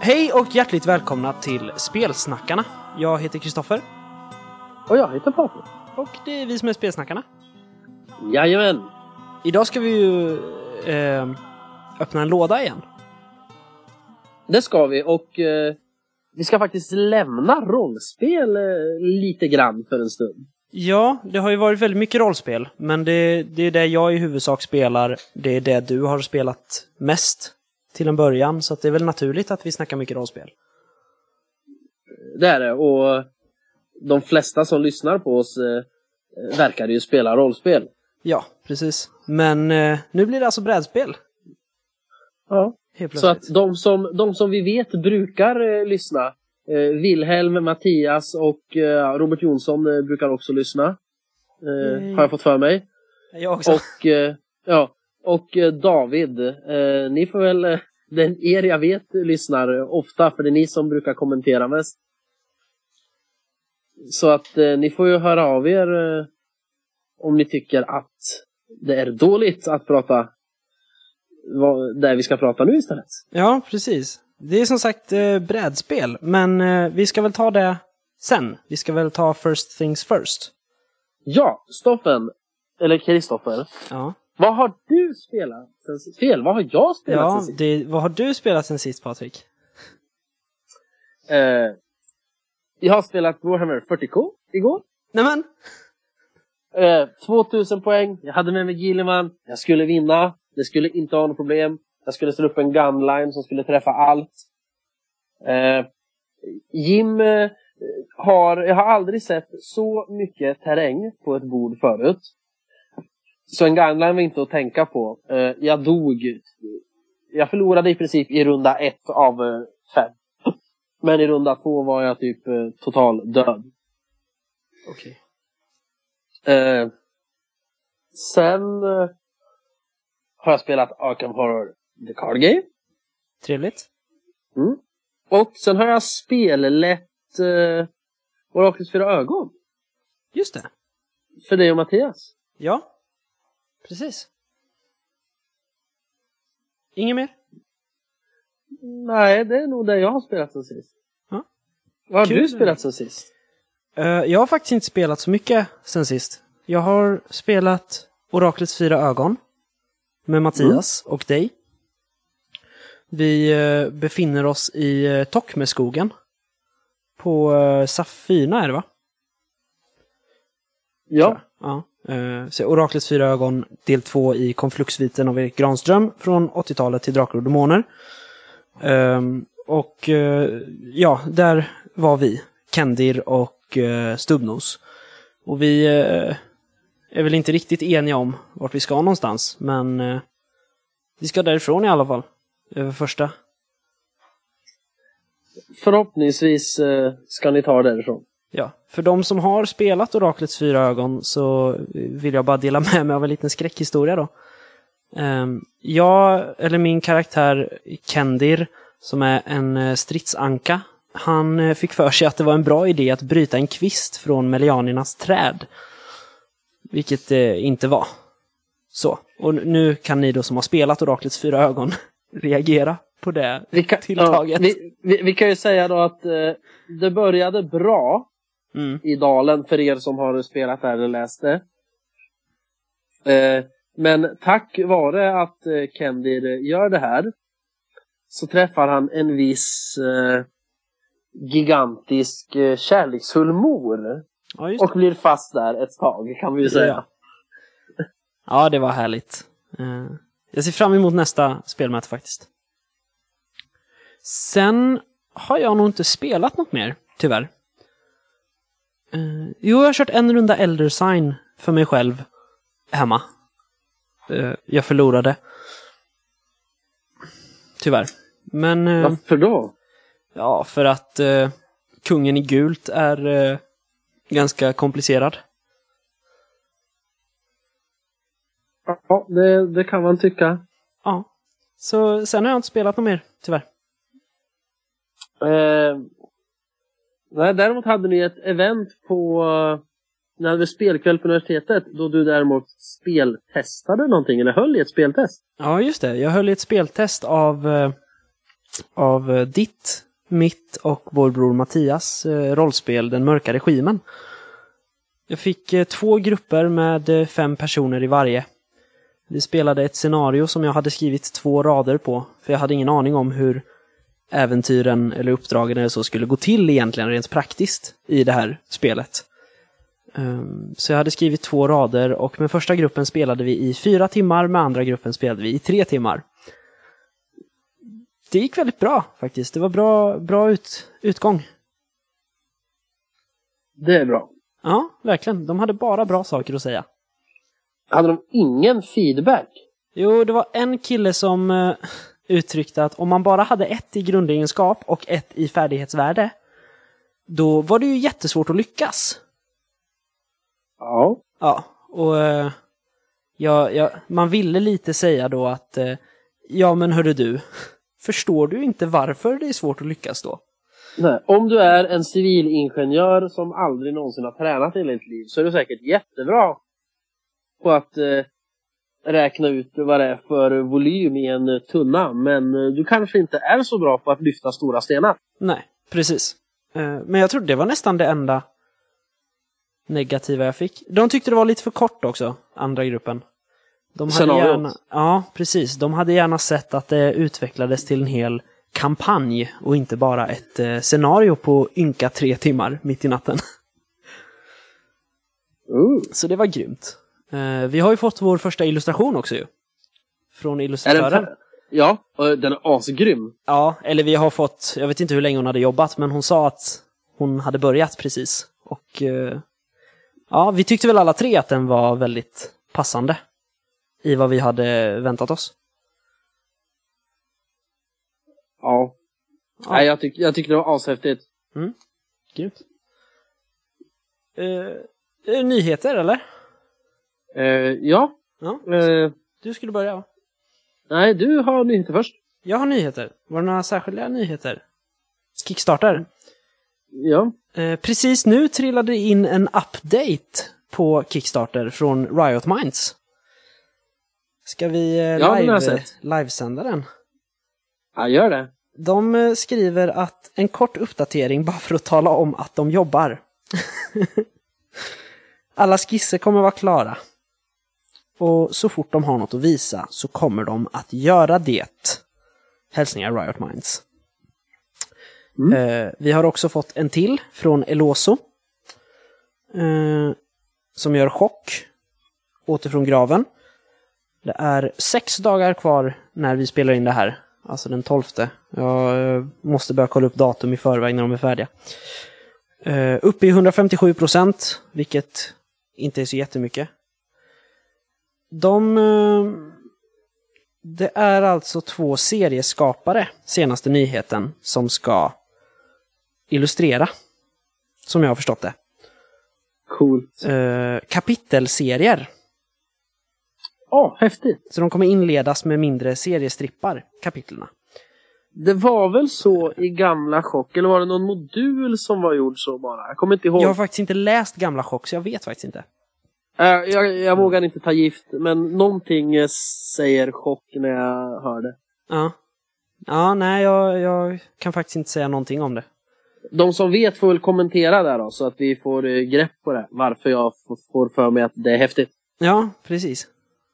Hej och hjärtligt välkomna till Spelsnackarna. Jag heter Kristoffer. Och jag heter Patrik. Och det är vi som är Spelsnackarna. Jajamän. Idag ska vi ju öppna en låda igen. Det ska vi, och vi ska faktiskt lämna rollspel lite grann för en stund. Ja, det har ju varit väldigt mycket rollspel. Men det är det jag i huvudsak spelar. Det är det du har spelat mest till en början. Så att det är väl naturligt att vi snackar mycket rollspel. Det är det, och de flesta som lyssnar på oss verkar ju spela rollspel. Ja, precis. Men nu blir det alltså brädspel. Ja. Så att de som vi vet brukar lyssna, Wilhelm, Mattias och Robert Jonsson brukar också lyssna. Har jag fått för mig. Jag också. Och David, ni får väl, er jag vet lyssnar ofta, för det är ni som brukar kommentera mest. Så att ni får ju höra av er om ni tycker att det är dåligt att prata där vi ska prata nu istället. Ja, precis. Det är som sagt brädspel, men vi ska väl ta det sen. Vi ska väl ta first things first. Ja, Kristoffer. Ja. Vad har du spelat sen sist? Vad har jag spelat sen sist? Vad har du spelat sen sist, Patrik? Jag har spelat Warhammer 40K igår. Nämen! 2000 poäng. Jag hade med mig Gilliman. Jag skulle vinna. Det skulle inte ha något problem. Jag skulle slå upp en gunline som skulle träffa allt. Jim jag har aldrig sett så mycket terräng på ett bord förut. Så en gunline var inte att tänka på. Jag dog. Jag förlorade i princip i runda 1 av 5. Men i runda 2 var jag typ total död. Okej. Sen har jag spelat Arkham Horror The Card Game. Trevligt. Mm. Och sen har jag spellett Oraklets 4 ögon. Just det. För dig och Mattias. Ja, precis. Inget mer? Nej, det är nog det jag har spelat sen sist. Ja. Vad har Kul. du spelat sen sist? Jag har faktiskt inte spelat så mycket sen sist. Jag har spelat Oraklets 4 ögon med Mattias och dig. Vi befinner oss i Tockmeskogen på Safina, är det va? Ja. Ja. Så Oraklets 4 ögon del 2 i Konfluxviten av Erik Granström från 80-talet till Drakar och Demoner. Ja, där var vi, Kendir och Stubbnos. Och vi är väl inte riktigt eniga om vart vi ska någonstans, men vi ska därifrån i alla fall. Över första. Förhoppningsvis ska ni ta därifrån. Ja, för de som har spelat Oraklets 4 ögon så vill jag bara dela med mig av en liten skräckhistoria då. Min karaktär Kendir, som är en stridsanka, han fick för sig att det var en bra idé att bryta en kvist från Melianinas träd. Vilket det inte var. Så, och nu kan ni då som har spelat Oraklets 4 ögon reagera på det tilltaget. Vi kan ju säga då att det började bra i dalen för er som har spelat där eller läst det. Men tack vare att Kendir gör det här så träffar han en viss gigantisk kärleksfull mor. Ja, och blir fast där ett tag, kan vi ju säga. Ja, det var härligt. Jag ser fram emot nästa spelmöte faktiskt. Sen har jag nog inte spelat något mer, tyvärr. Jag har kört en runda Elder Sign för mig själv hemma. Jag förlorade. Tyvärr. Men varför då? Ja, för att kungen i gult är ganska komplicerad. Ja, det kan man tycka. Ja. Så sen har jag inte spelat något mer, tyvärr. Nej, däremot hade ni ett event på när hade vi spelkväll på universitetet då du däremot speltestade någonting eller höll i ett speltest. Ja, just det. Jag höll i ett speltest av av ditt, mitt och vår bror Mattias rollspel Den mörka regimen. Jag fick 2 grupper med 5 personer i varje. Vi spelade ett scenario som jag hade skrivit 2 rader på, för jag hade ingen aning om hur äventyren eller uppdragen eller så skulle gå till egentligen rent praktiskt i det här spelet. Så jag hade skrivit 2 rader och med första gruppen spelade vi i 4 timmar, med andra gruppen spelade vi i 3 timmar. Det gick väldigt bra faktiskt. Det var bra utgång. Det är bra. Ja, verkligen. De hade bara bra saker att säga. Hade de ingen feedback? Jo, det var en kille som uttryckte att om man bara hade 1 i grundegenskap och 1 i färdighetsvärde, då var det ju jättesvårt att lyckas. Ja. Ja, och man ville lite säga då att ja, men hörru du, förstår du inte varför det är svårt att lyckas då? Nej, om du är en civilingenjör som aldrig någonsin har tränat i ditt liv, så är du säkert jättebra på att räkna ut vad det är för volym i en tunna, men du kanske inte är så bra på att lyfta stora stenar. Nej, precis. Men jag tror det var nästan det enda negativa jag fick. De tyckte det var lite för kort också, andra gruppen. De hade gärna, ja, precis. De hade gärna sett att det utvecklades till en hel kampanj och inte bara ett scenario på ynka 3 timmar mitt i natten. Så det var grymt. Vi har ju fått vår första illustration också ju. Från illustratören. Ja, och den är asgrym. Ja, eller vi har fått, jag vet inte hur länge hon hade jobbat, men hon sa att hon hade börjat precis. Och ja, vi tyckte väl alla 3 att den var väldigt passande i vad vi hade väntat oss. Ja. Nej, jag tyckte det var ashäftigt. Grymt. Nyheter, eller? Ja. Du skulle börja, va? Nej, du har nyheter först. Jag har nyheter. Var det några särskilda nyheter? Kickstarter? Ja. Precis nu trillade det in en update på Kickstarter från Riot Minds. Ska vi livesända den? Ja, gör det. De skriver att en kort uppdatering bara för att tala om att de jobbar. Alla skisser kommer vara klara. Och så fort de har något att visa så kommer de att göra det. Hälsningar Riot Minds. Vi har också fått en till från Eloso. Som gör chock. Åter från graven. Det är 6 dagar kvar när vi spelar in det här. Alltså den 12. Jag måste börja kolla upp datum i förväg när de är färdiga. Uppe i 157%, vilket inte är så jättemycket. Det är alltså 2 serieskapare, senaste nyheten, som ska illustrera. Som jag har förstått det. Coolt. Kapitelserier. Häftigt. Så de kommer inledas med mindre seriestrippar, kapitlerna. Det var väl så i gamla Chock, eller var det någon modul som var gjord så bara? Jag kommer inte ihåg. Jag har faktiskt inte läst gamla Chock, så jag vet faktiskt inte. Jag vågar inte ta gift, men någonting säger Chock när jag hör det. Ja, nej, jag kan faktiskt inte säga någonting om det. De som vet får väl kommentera där då, så att vi får grepp på det. Varför jag får för mig att det är häftigt. Ja, precis.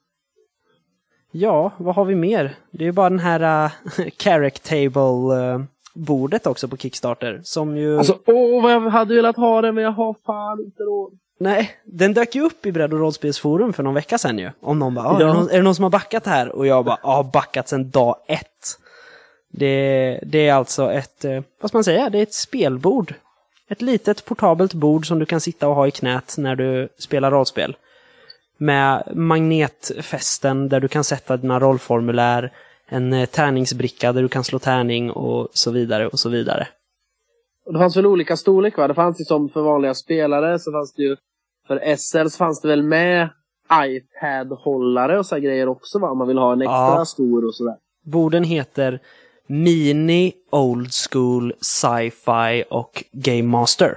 Ja, vad har vi mer? Det är ju bara den här Carrack Table-bordet också på Kickstarter. Som ju... Alltså, vad jag hade velat ha det, men jag har fan inte råd. Nej, den dök ju upp i Bredd- och rollspelsforum för någon vecka sedan ju. Om någon bara, är det någon som har backat här? Och jag bara, backat sedan dag 1. Det är alltså ett, vad ska man säga, det är ett spelbord. Ett litet portabelt bord som du kan sitta och ha i knät när du spelar rollspel. Med magnetfästen där du kan sätta dina rollformulär, en tärningsbricka där du kan slå tärning och så vidare och så vidare. Och det fanns väl olika storlek, va? Det fanns ju som för vanliga spelare, så fanns det ju för SL så fanns det väl med iPad-hållare och så grejer också, va? Om man vill ha en extra stor och sådär. Borden heter Mini, Old School, Sci-Fi och Game Master.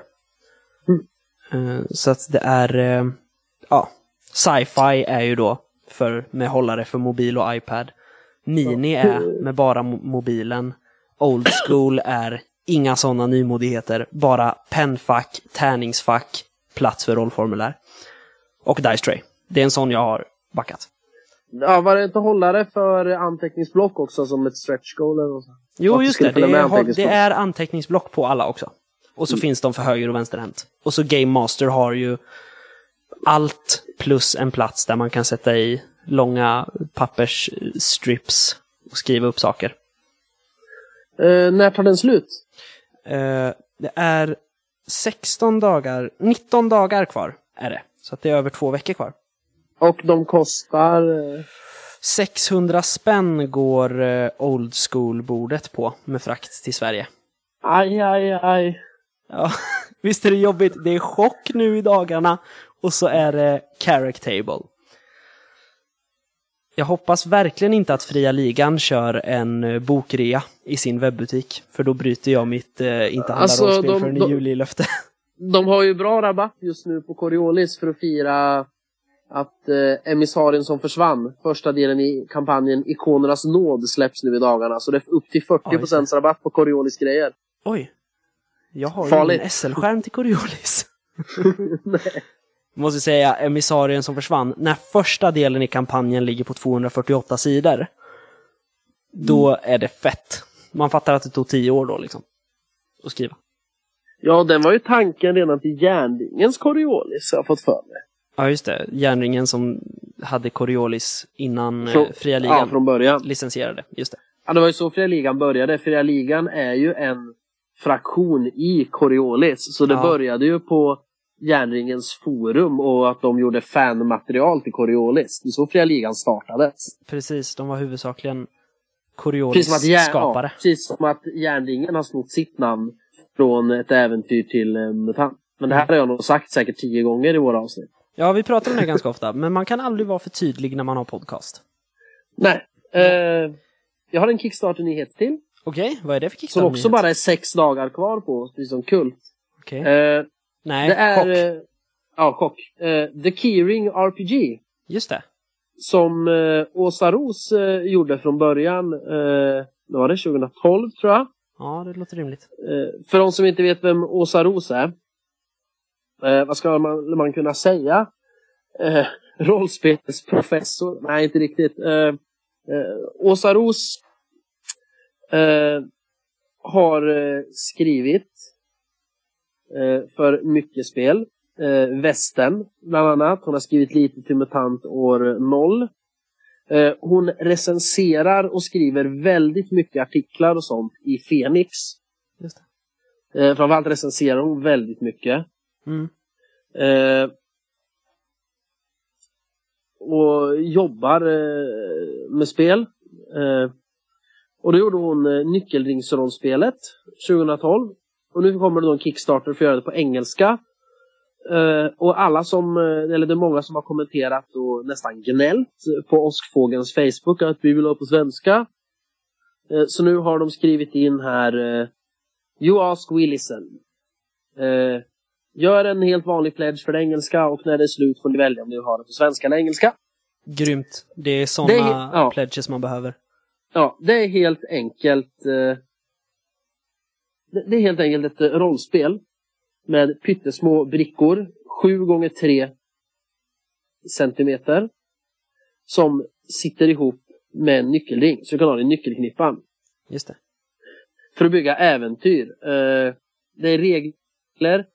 Så att det är, Sci-Fi är ju då med hållare för mobil och iPad. Mini är med bara mobilen. Old School är inga sådana nymodigheter. Bara pennfack, tärningsfack, plats för rollformulär. Och Dice Tray. Det är en sån jag har backat. Ja, var det inte hållare för anteckningsblock också som ett stretch goal eller något? Jo, just det. Det är anteckningsblock på alla också. Och så finns de för höger och vänsterhänt. Och så Game Master har ju allt plus en plats där man kan sätta i långa pappersstrips och skriva upp saker. När tar den slut? Det är 19 dagar kvar är det. Så att det är över 2 veckor kvar. Och de kostar... 600 spänn går Old School-bordet på med frakt till Sverige. Aj. Ja, visst är det jobbigt. Det är chock nu i dagarna. Och så är det Carrack Table. Jag hoppas verkligen inte att Fria Ligan kör en bokrea i sin webbutik. För då bryter jag mitt inte handla rollspel för en julilöfte. De har ju bra rabatt just nu på Coriolis för att fira att emissarien som försvann, första delen i kampanjen Ikonernas nåd, släpps nu i dagarna. Så det är upp till 40% rabatt på Coriolis grejer. Oj. Jag har ju en SL-skärm till Coriolis. Nej. Måste säga, emissarien som försvann, när första delen i kampanjen ligger på 248 sidor, då är det fett. Man fattar att det tog 10 år då liksom att skriva. Ja, den var ju tanken redan till Järnringens Coriolis, jag har fått för mig. Ja, just det. Järnringen som hade Coriolis innan Fria Ligan. Ja, från början. Licensierade, just det. Ja, det var ju så Fria Ligan började. Fria Ligan är ju en fraktion i Coriolis. Så det började ju på Järnringens forum och att de gjorde fanmaterial till Coriolis. Det är så Fria Ligan startades. Precis, de var huvudsakligen Coriolis-skapare. Precis som att Järnringen har snott sitt namn från ett äventyr till MUTANT. Men det här har jag nog sagt säkert 10 gånger i våra avsnitt. Ja, vi pratar om det ganska ofta. Men man kan aldrig vara för tydlig när man har podcast. Nej. Jag har en Kickstarter-nyhet till. Okej, vad är det för Kickstarter-nyhet? Som också bara är 6 dagar kvar på, precis som Kult. Okej. Nej, det är... chock. The Keyring RPG. Just det. Som Åsa Ros gjorde från början. Då var det 2012, tror jag. Ja, det låter rimligt. För de som inte vet vem Åsa Ros är. Vad ska man kunna säga? Rollspelsprofessor? Nej, inte riktigt. Åsa Ros har skrivit för mycket spel. Västern, bland annat. Hon har skrivit lite till MUTANT år 0. Hon recenserar och skriver väldigt mycket artiklar och sånt i Fenix. Just det. Framförallt recenserar hon väldigt mycket. Mm. Och jobbar med spel. Och då gjorde hon Nyckelringsrollspelet 2012. Och nu kommer det då en Kickstarter för att göra det på engelska. Och alla som, eller det är många som har kommenterat och nästan gnällt på Åskfågelns Facebook att vi vill ha på svenska. Så nu har de skrivit in här You ask, we listen. Gör en helt vanlig pledge för det engelska och när det är slut får ni välja om ni har det på svenska eller engelska. Grymt. Det är sådana pledges man behöver. Ja, det är helt enkelt det är helt enkelt ett rollspel med pyttesmå brickor 7x3 centimeter som sitter ihop med en nyckelring. Så du kan ha det i nyckelknippan. Just det. För att bygga äventyr. Det är regler.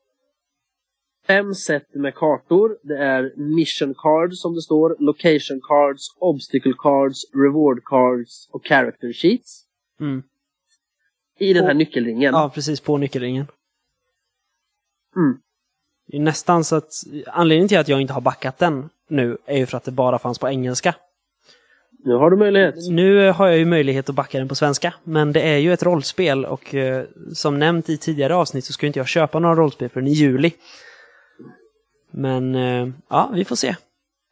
5 set med kartor. Det är mission cards som det står. Location cards, obstacle cards, reward cards och character sheets. Mm. I den här nyckelringen. Ja, precis, på nyckelringen. Mm. Det är nästan så att anledningen till att jag inte har backat den nu är ju för att det bara fanns på engelska. Nu har du möjlighet. Nu har jag ju möjlighet att backa den på svenska. Men det är ju ett rollspel och som nämnt i tidigare avsnitt så ska inte jag köpa några rollspel förrän i juli. Men ja, vi får se.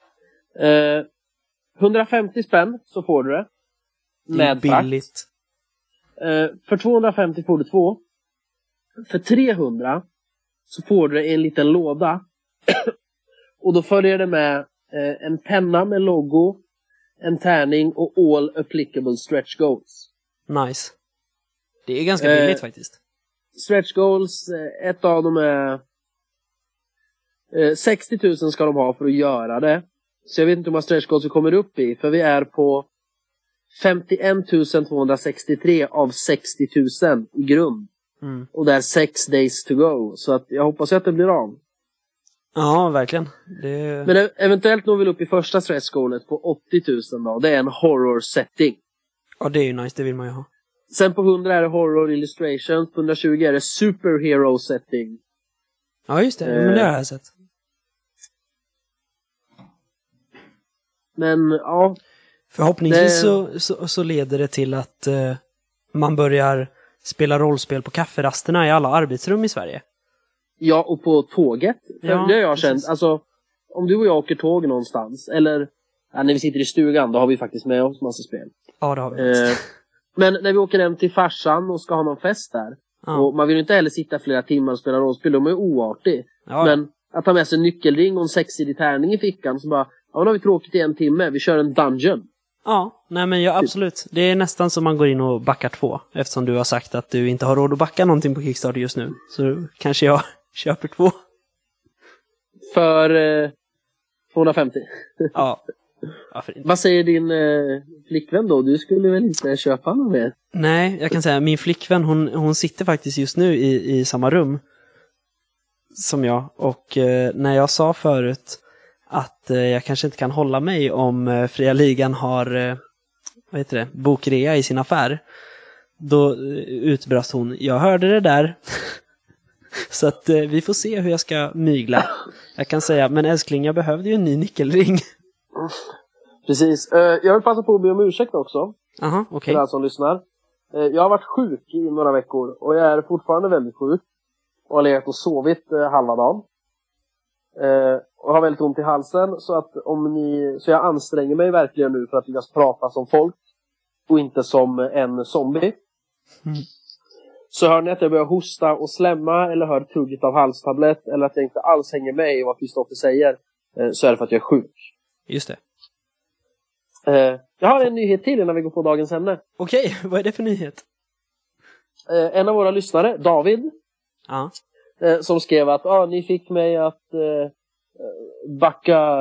150 spänn så får du det. Med billigt. För 250 får du 2. För 300 så får du en liten låda. Och då följer det med en penna med logo, en tärning och all applicable stretch goals. Nice. Det är ganska billigt faktiskt. Stretch goals, ett av dem är 60 000 ska de ha för att göra det. Så jag vet inte hur många stretch goals vi kommer upp i. För vi är på 51 263 av 60 000 i grund. Och det är 6 days to go. Så att jag hoppas att det blir av. Ja, verkligen. Men eventuellt når vi upp i första stretch goalet på 80 000 då. Det är en horror setting. Ja, det är ju nice. Det vill man ju ha. Sen på 100 är det horror illustrations. På 120 är det superhero setting. Ja, just det. Men det har jag sett. Men, ja. Förhoppningsvis så leder det till att man börjar spela rollspel på kafferasterna i alla arbetsrum i Sverige. Ja, och på tåget. För det har jag känt. Alltså, om du och jag åker tåg någonstans, eller när vi sitter i stugan, då har vi faktiskt med oss massa spel. Ja, det har vi. Men när vi åker hem till farsan och ska ha någon fest där, och man vill inte heller sitta flera timmar och spela rollspel, de är oartig. Ja. Men att ta med sig en nyckelring och en 6-sidig tärning i fickan, så bara, ja, nu har vi tråkigt i en timme, vi kör en dungeon. Ja, nej men ja, absolut. Det är nästan som man går in och backar 2, eftersom du har sagt att du inte har råd att backa någonting på Kickstarter just nu. Så kanske jag köper 2. För 250. Ja. Vad säger din flickvän då? Du skulle väl inte köpa något mer? Nej, jag kan säga min flickvän, hon sitter faktiskt just nu i samma rum som jag. Och när jag sa förut att jag kanske inte kan hålla mig om Fria Ligan har bokrea i sin affär, då utbrast hon, jag hörde det där. Så att vi får se hur jag ska mygla. Jag kan säga, men älskling, jag behövde ju en ny nyckelring. Precis. Jag vill passa på att be om ursäkt också. Aha, okej. För alla som lyssnar. Jag har varit sjuk i några veckor. Och jag är fortfarande väldigt sjuk. Och har legat och sovit halva dagen. Och har väldigt ont i halsen. Så jag anstränger mig verkligen nu för att lyckas prata som folk. Och inte som en zombie. Så hör ni att jag börjar hosta och slämma, eller hör tugget av halstablett, eller att jag inte alls hänger med i vad Kristoffer säger, så är det för att jag är sjuk. Just det. Jag har en nyhet till innan vi går på dagens ämne. Okej, vad är det för nyhet? En av våra lyssnare, David, som skrev att ni fick mig att backa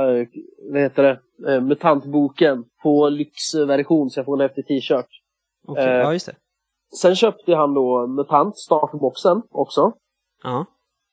Mutantboken på lyxversion, så jag får en efter t-shirt. Okej, ja just det. Sen köpte han då Mutant startboxen också. Ja.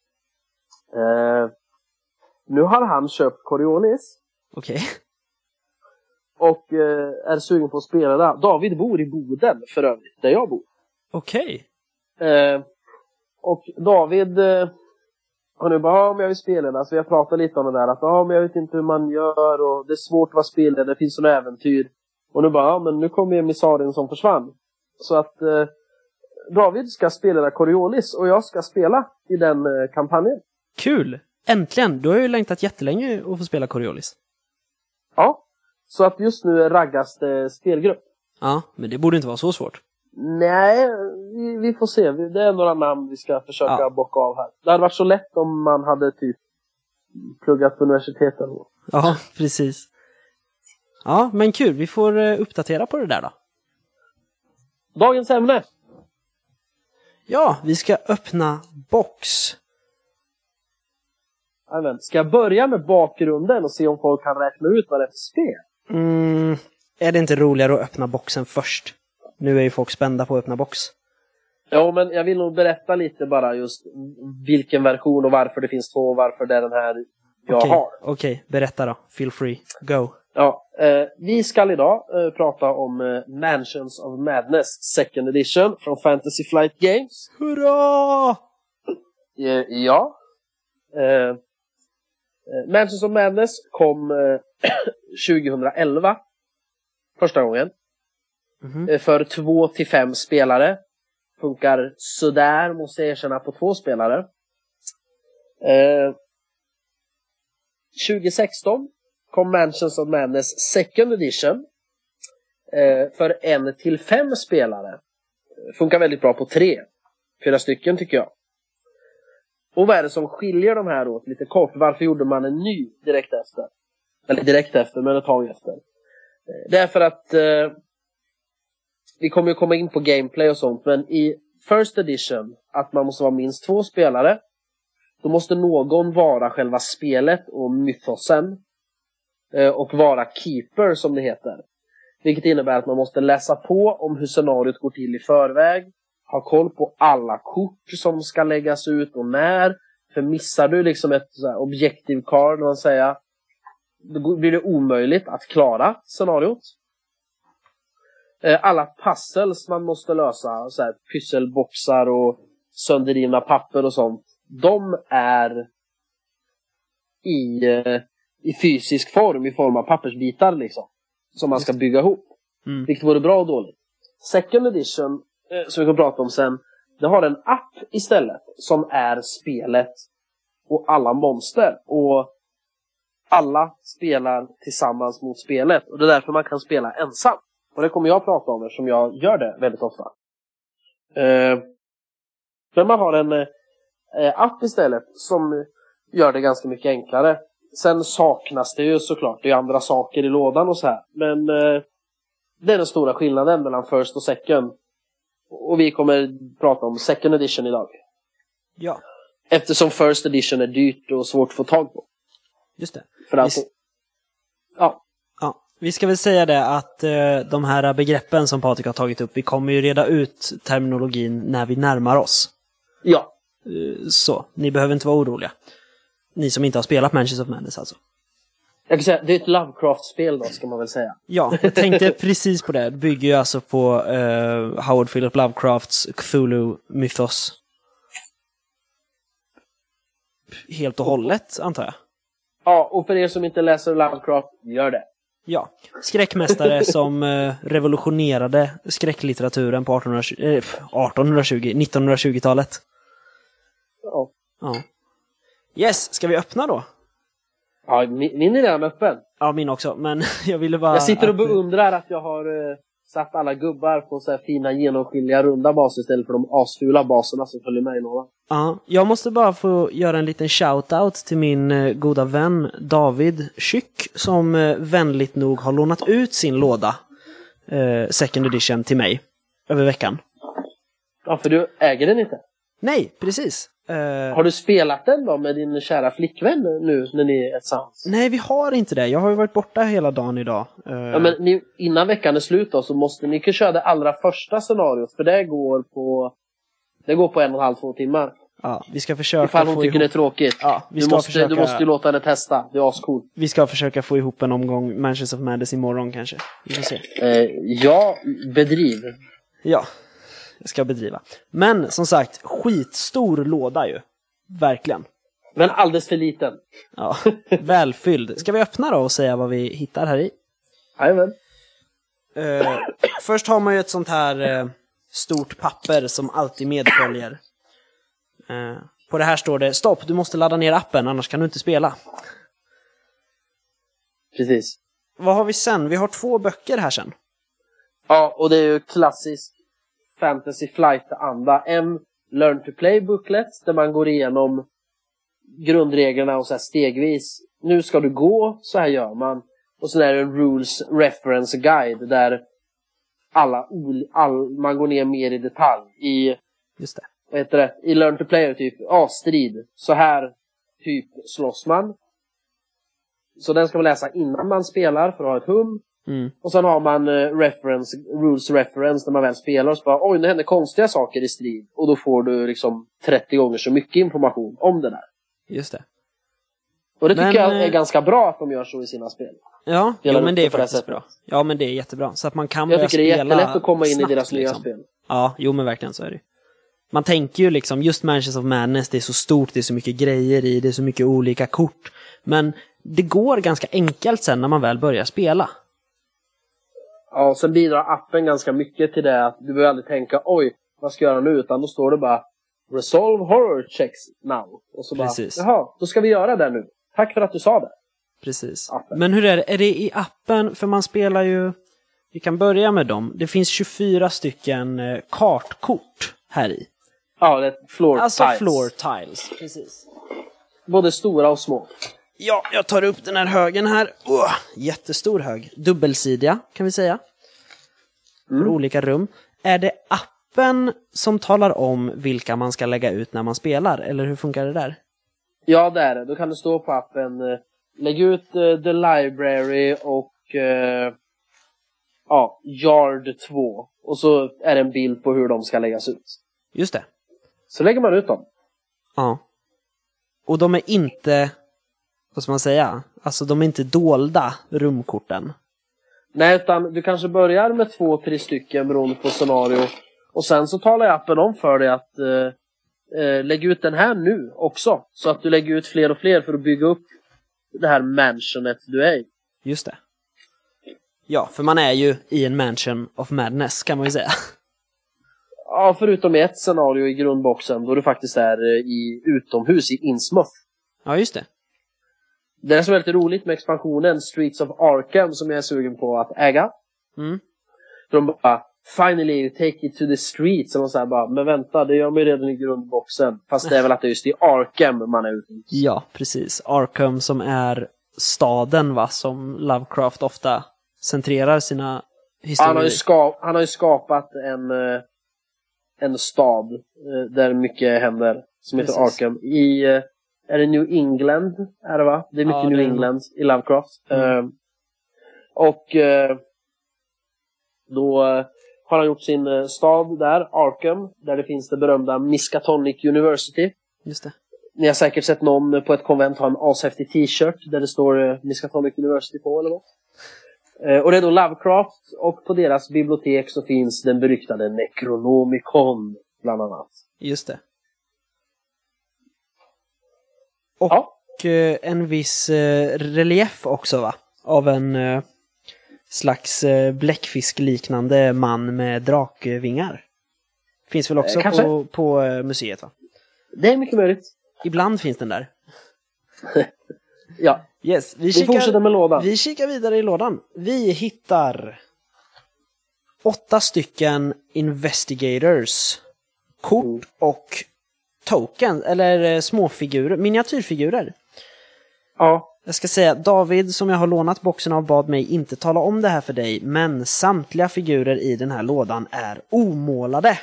Nu har han köpt Coriolis. Okej. Och är sugen på att spela där. David bor i Boden för övrigt, där jag bor. Okej. Och David har nu bara, om jag vill spela där. Så vi har pratat lite om det där. Att men jag vet inte hur man gör. Och det är svårt att vara spelare. Det finns sådana äventyr. Och nu bara, men nu kommer emissarien som försvann. Så att David ska spela där Coriolis. Och jag ska spela i den kampanjen. Kul! Äntligen! Du har ju längtat jättelänge att få spela Coriolis. Ja. Så att just nu raggas det spelgrupp. Ja, men det borde inte vara så svårt. Nej, vi får se. Det är några namn vi ska försöka bocka av här. Det hade varit så lätt om man hade typ pluggat på universiteten. Ja, precis. Ja, men kul. Vi får uppdatera på det där då. Dagens ämne. Ja, vi ska öppna box. Amen. Ska jag börja med bakgrunden och se om folk kan räkna ut vad det är för spel? Är det inte roligare att öppna boxen först? Nu är ju folk spända på att öppna box. Ja, men jag vill nog berätta lite bara just vilken version och varför det finns 2 och varför det är den här jag har. Okej, berätta då. Feel free. Go. Ja, vi ska idag prata om Mansions of Madness Second Edition från Fantasy Flight Games. Hurra! Ja. Mansions of Madness kom 2011 första gången. För 2-5 spelare. Funkar sådär, måste jag erkänna, på 2 spelare. 2016 kom Mansions of Madness Second Edition för 1-5 spelare. Funkar väldigt bra på 4 stycken tycker jag. Och vad är det som skiljer de här åt lite kort? Varför gjorde man en ny direkt efter? Eller direkt efter, men ett tag efter. Det är för att vi kommer ju komma in på gameplay och sånt, men i First Edition, att man måste vara minst 2 spelare, då måste någon vara själva spelet och mythosen och vara keeper som det heter. Vilket innebär att man måste läsa på om hur scenariot går till i förväg, ha koll på alla kort som ska läggas ut och när. För missar du liksom ett objective card, man säger, då blir det omöjligt att klara scenariot. Alla puzzles man måste lösa, så här, pysselboxar och sönderrivna papper och sånt, de är i fysisk form, i form av pappersbitar liksom, som man ska bygga ihop. Vilket vore bra och dåligt. Second edition, som vi kommer prata om sen, det har en app istället som är spelet och alla monster. Och alla spelar tillsammans mot spelet. Och det är därför man kan spela ensam. Och det kommer jag att prata om eftersom jag gör det väldigt ofta. Men man har en app istället som gör det ganska mycket enklare. Sen saknas det ju såklart, det är andra saker i lådan och så här. Men det är den stora skillnaden mellan First och Second. Och vi kommer prata om Second Edition idag. Ja. Eftersom First Edition är dyrt och svårt att få tag på. Just det. För alltså, ja. Ja. Vi ska väl säga det att de här begreppen som Patrik har tagit upp, vi kommer ju reda ut terminologin när vi närmar oss. Ja. Så, ni behöver inte vara oroliga. Ni som inte har spelat Mansions of Madness alltså. Jag kan säga, det är ett Lovecraft-spel då, ska man väl säga. Ja, jag tänkte precis på det. Det bygger ju alltså på Howard Philip Lovecrafts Cthulhu-mythos. Helt och hållet, antar jag. Ja, och för er som inte läser Lovecraft, gör det. Ja, skräckmästare som revolutionerade skräcklitteraturen på 1920-talet. Ja. Ja. Yes, ska vi öppna då? Ja, min är redan öppen. Ja, min också, men jag ville bara... Jag sitter och beundrar att jag har satt alla gubbar på så här fina genomskinliga runda baser istället för de asfula baserna som följer med i lådan. Ja, jag måste bara få göra en liten shoutout till min goda vän David Skyck som vänligt nog har lånat ut sin låda Second Edition till mig över veckan. Ja, för du äger den inte. Nej, precis. Har du spelat den då med din kära flickvän nu när ni är tillsammans? Nej, vi har inte det. Jag har ju varit borta hela dagen idag. Ja, men innan veckan är slut då, så måste ni köra det allra första scenariot. För det går på 1,5-2 timmar. Ja, vi ska försöka ifall hon tycker det är tråkigt. Ja, du måste ju låta det testa. Det är ascool. Vi ska försöka få ihop en omgång Mansions of Madness imorgon kanske. Vi får se. Ja, bedriv. Ja, jag ska bedriva. Men som sagt, skitstor låda ju. Verkligen. Men alldeles för liten. Ja, välfylld. Ska vi öppna då och säga vad vi hittar här i? Jajamän. Först har man ju ett sånt här stort papper som alltid medföljer. På det här står det: stopp, du måste ladda ner appen, annars kan du inte spela. Precis. Vad har vi sen? Vi har 2 böcker här sen. Ja, och det är ju klassisk Fantasy Flight-anda. En Learn to Play booklet där man går igenom grundreglerna och så här stegvis. Nu ska du gå, så här gör man. Och så är det en Rules Reference Guide där man går ner mer i detalj. Just det. Vad heter det? I Learn to Play är typ strid. Så här typ slåss man. Så den ska man läsa innan man spelar för att ha ett hum. Och sen har man rules reference när man väl spelar och så bara, oj, nu händer konstiga saker i strid. Och då får du liksom 30 gånger så mycket information om det där. Just det. Och det tycker jag är ganska bra att de gör så i sina spel. Ja, men det är faktiskt bra. Ja, men det är jättebra. Så att man kan börja spela. Jag tycker det är jättelätt att komma in snabbt, i deras nya liksom. spel. Ja, men verkligen så är det. Man tänker ju liksom, just Mansions of Madness, det är så stort, det är så mycket grejer i, det är så mycket olika kort. Men det går ganska enkelt sen när man väl börjar spela. Ja, sen bidrar appen ganska mycket till det. Att du behöver aldrig tänka, oj, vad ska jag göra nu? Utan då står det bara, resolve horror checks now. Och så precis. Bara, jaha, då ska vi göra det nu. Tack för att du sa det. Precis. Appen. Men hur är det? Är det i appen? För man spelar ju, vi kan börja med dem. Det finns 24 stycken kartkort här i. Ja, det är floor tiles. Floor tiles, precis. Både stora och små. Ja, jag tar upp den här högen här. Jättestor hög. Dubbelsidiga, kan vi säga. för olika rum. Är det appen som talar om vilka man ska lägga ut när man spelar? Eller hur funkar det där? Ja, det är det. Då kan det stå på appen lägg ut The Library och Yard 2. Och så är det en bild på hur de ska läggas ut. Just det. Så lägger man ut dem. Ja. Och de är inte, vad ska man säga? Alltså de är inte dolda, rumkorten. Nej, utan du kanske börjar med 2-3 stycken beroende på scenario. Och sen så talar appen om för dig att lägg ut den här nu också. Så att du lägger ut fler och fler för att bygga upp det här mansionet du är i. Just det. Ja, för man är ju i en mansion of madness kan man ju säga. Ja, förutom ett scenario i grundboxen då du faktiskt är i utomhus i Innsmouth. Ja, just det. Det som är lite roligt med expansionen Streets of Arkham som jag är sugen på att äga. Mm. De bara, finally take it to the streets. Och de säger bara, men vänta, det gör man ju redan i grundboxen. Fast det är väl att det är just i Arkham man är ute. Ja, precis. Arkham som är staden, va? Som Lovecraft ofta centrerar sina historier. Han har ju skapat en stad där mycket händer. Som heter Arkham. Är det New England? Är det, va? Det är mycket New England i Lovecraft. Då har han gjort sin stad där, Arkham, där det finns det berömda Miskatonic University. Just det. Ni har säkert sett någon på ett konvent ha en ashäftig t-shirt där det står Miskatonic University på eller något. Och det är då Lovecraft, och på deras bibliotek så finns den beryktade Necronomicon bland annat. Just det. Och en viss relief också, va? Av en slags bläckfisk-liknande man med drakvingar. Finns väl också på museet, va? Det är mycket möjligt. Ibland finns den där. Ja. Yes, vi fortsätter med lådan. Vi kikar vidare i lådan. Vi hittar 8 stycken investigators, kort och token, eller småfigurer, miniatyrfigurer. Ja. Jag ska säga, David som jag har lånat boxen av bad mig inte tala om det här för dig, men samtliga figurer i den här lådan är omålade.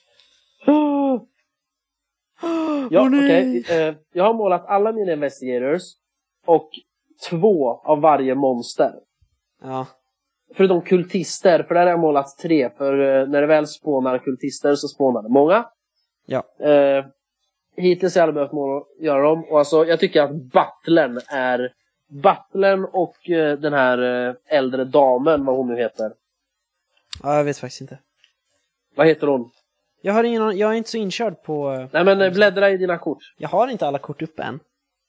Ja, okej. Jag har målat alla mina investigators och 2 av varje monster. Ja. Förutom kultister, för där har jag målat 3. För när det väl spånar kultister så spånar det många. Ja. Hittills har jag aldrig behövt göra dem. Och alltså, jag tycker att Butlern och den här äldre damen, vad hon nu heter. Ja, jag vet faktiskt inte. Vad heter hon? Jag är inte så inkörd på... Nej, men bläddra i dina kort. Jag har inte alla kort uppe än.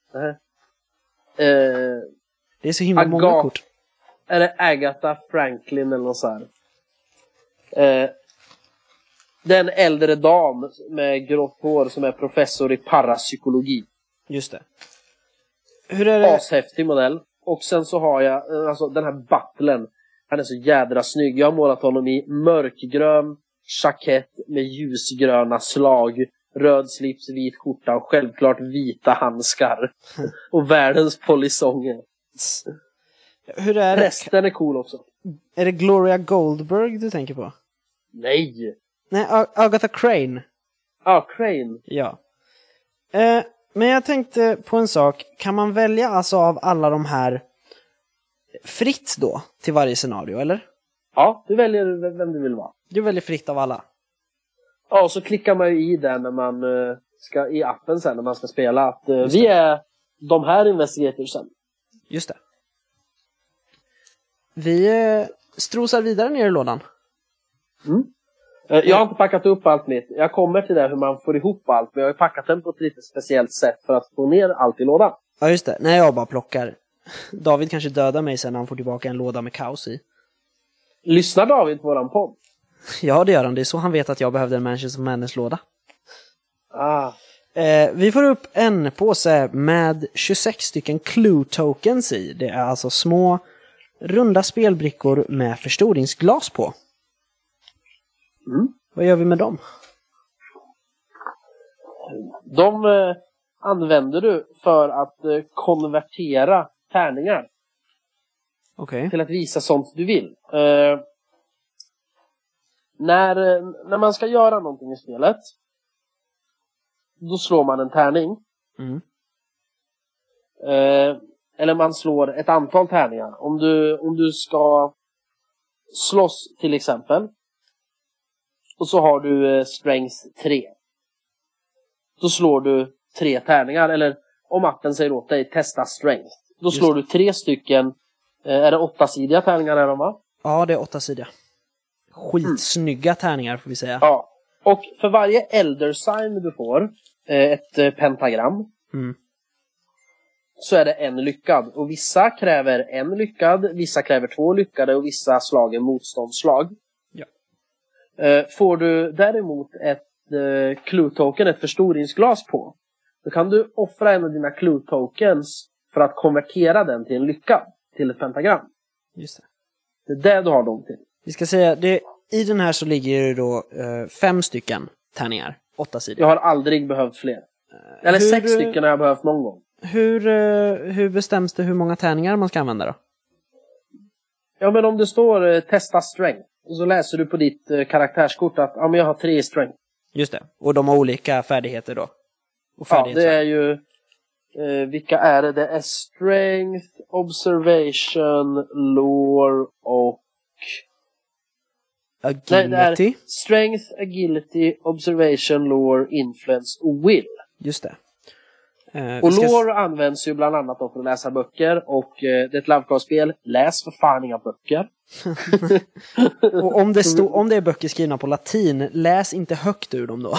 Det är så himla många kort. Är det Agatha Franklin eller något så här? Den äldre dam med grått hår som är professor i parapsykologi. Just det. Hur är det? Ashäftig modell. Och sen så har jag alltså den här Butlern. Han är så jädra snygg. Jag har målat honom i mörkgrön jackett med ljusgröna slag, röd slips, vit skjorta och självklart vita handskar. Och världens polisonger. Hur är det? Resten är cool också. Är det Gloria Goldberg du tänker på? Nej, Agatha Crane. Crane. Ja. Men jag tänkte på en sak. Kan man välja alltså av alla de här fritt då till varje scenario, eller? Ja, du väljer vem du vill vara. Du väljer fritt av alla. Ja, och så klickar man ju i det när man ska i appen sen när man ska spela att vi är de här investigatorsen. Just det. Vi strosar vidare ner i lådan. Jag har inte packat upp allt mitt. Jag kommer till det hur man får ihop allt, men jag har packat den på ett lite speciellt sätt för att få ner allt i lådan. Ja, just det. När jag bara plockar. David kanske dödar mig sen när han får tillbaka en låda med kaos i. Lyssnar David på våran podd? Ja, det gör han. Det är så han vet att jag behövde en Mansions of Madness-låda. Vi får upp en påse med 26 stycken clue tokens i. Det är alltså små runda spelbrickor med förstoringsglas på. Vad gör vi med dem? De använder du för att konvertera tärningar. Okej. Till att visa sånt du vill. När man ska göra någonting i spelet, då slår man en tärning. Mm. Eller man slår ett antal tärningar. Om du ska slåss till exempel, och så har du strength 3. Då slår du 3 tärningar, eller om appen säger åt dig testa strength. Då slår du 3 stycken, är det 8-sidiga tärningar är de, va? Ja, det är 8-sidiga. Skitsnygga tärningar får vi säga. Ja, och för varje elder sign du får, ett pentagram, så är det en lyckad. Och vissa kräver en lyckad, vissa kräver 2 lyckade och vissa slag är motståndsslag. Ja. Får du däremot ett clue token, ett förstoringsglas på, då kan du offra en av dina clue tokens för att konvertera den till en lyckad, till ett pentagram. Just det. Det är det du har dem till. Vi ska säga, i den här så ligger det då 5 stycken tärningar, 8-sidiga. Jag har aldrig behövt fler. Eller 6 stycken har jag behövt någon gång. Hur bestäms det hur många tärningar man ska använda då? Ja, men om det står testa strength, och så läser du på ditt karaktärskort att men jag har 3 i strength. Just det. Och de har olika färdigheter då? Och ja, det är ju... vilka är det? Det är strength, observation, lore och... Agility? Nej, det är strength, agility, observation, lore, influence och will. Just det. Och lore används ju bland annat då för att läsa böcker. Och det är ett Lovecraft-spel. Läs för fan inga böcker. Och om det är böcker skrivna på latin, läs inte högt ur dem då.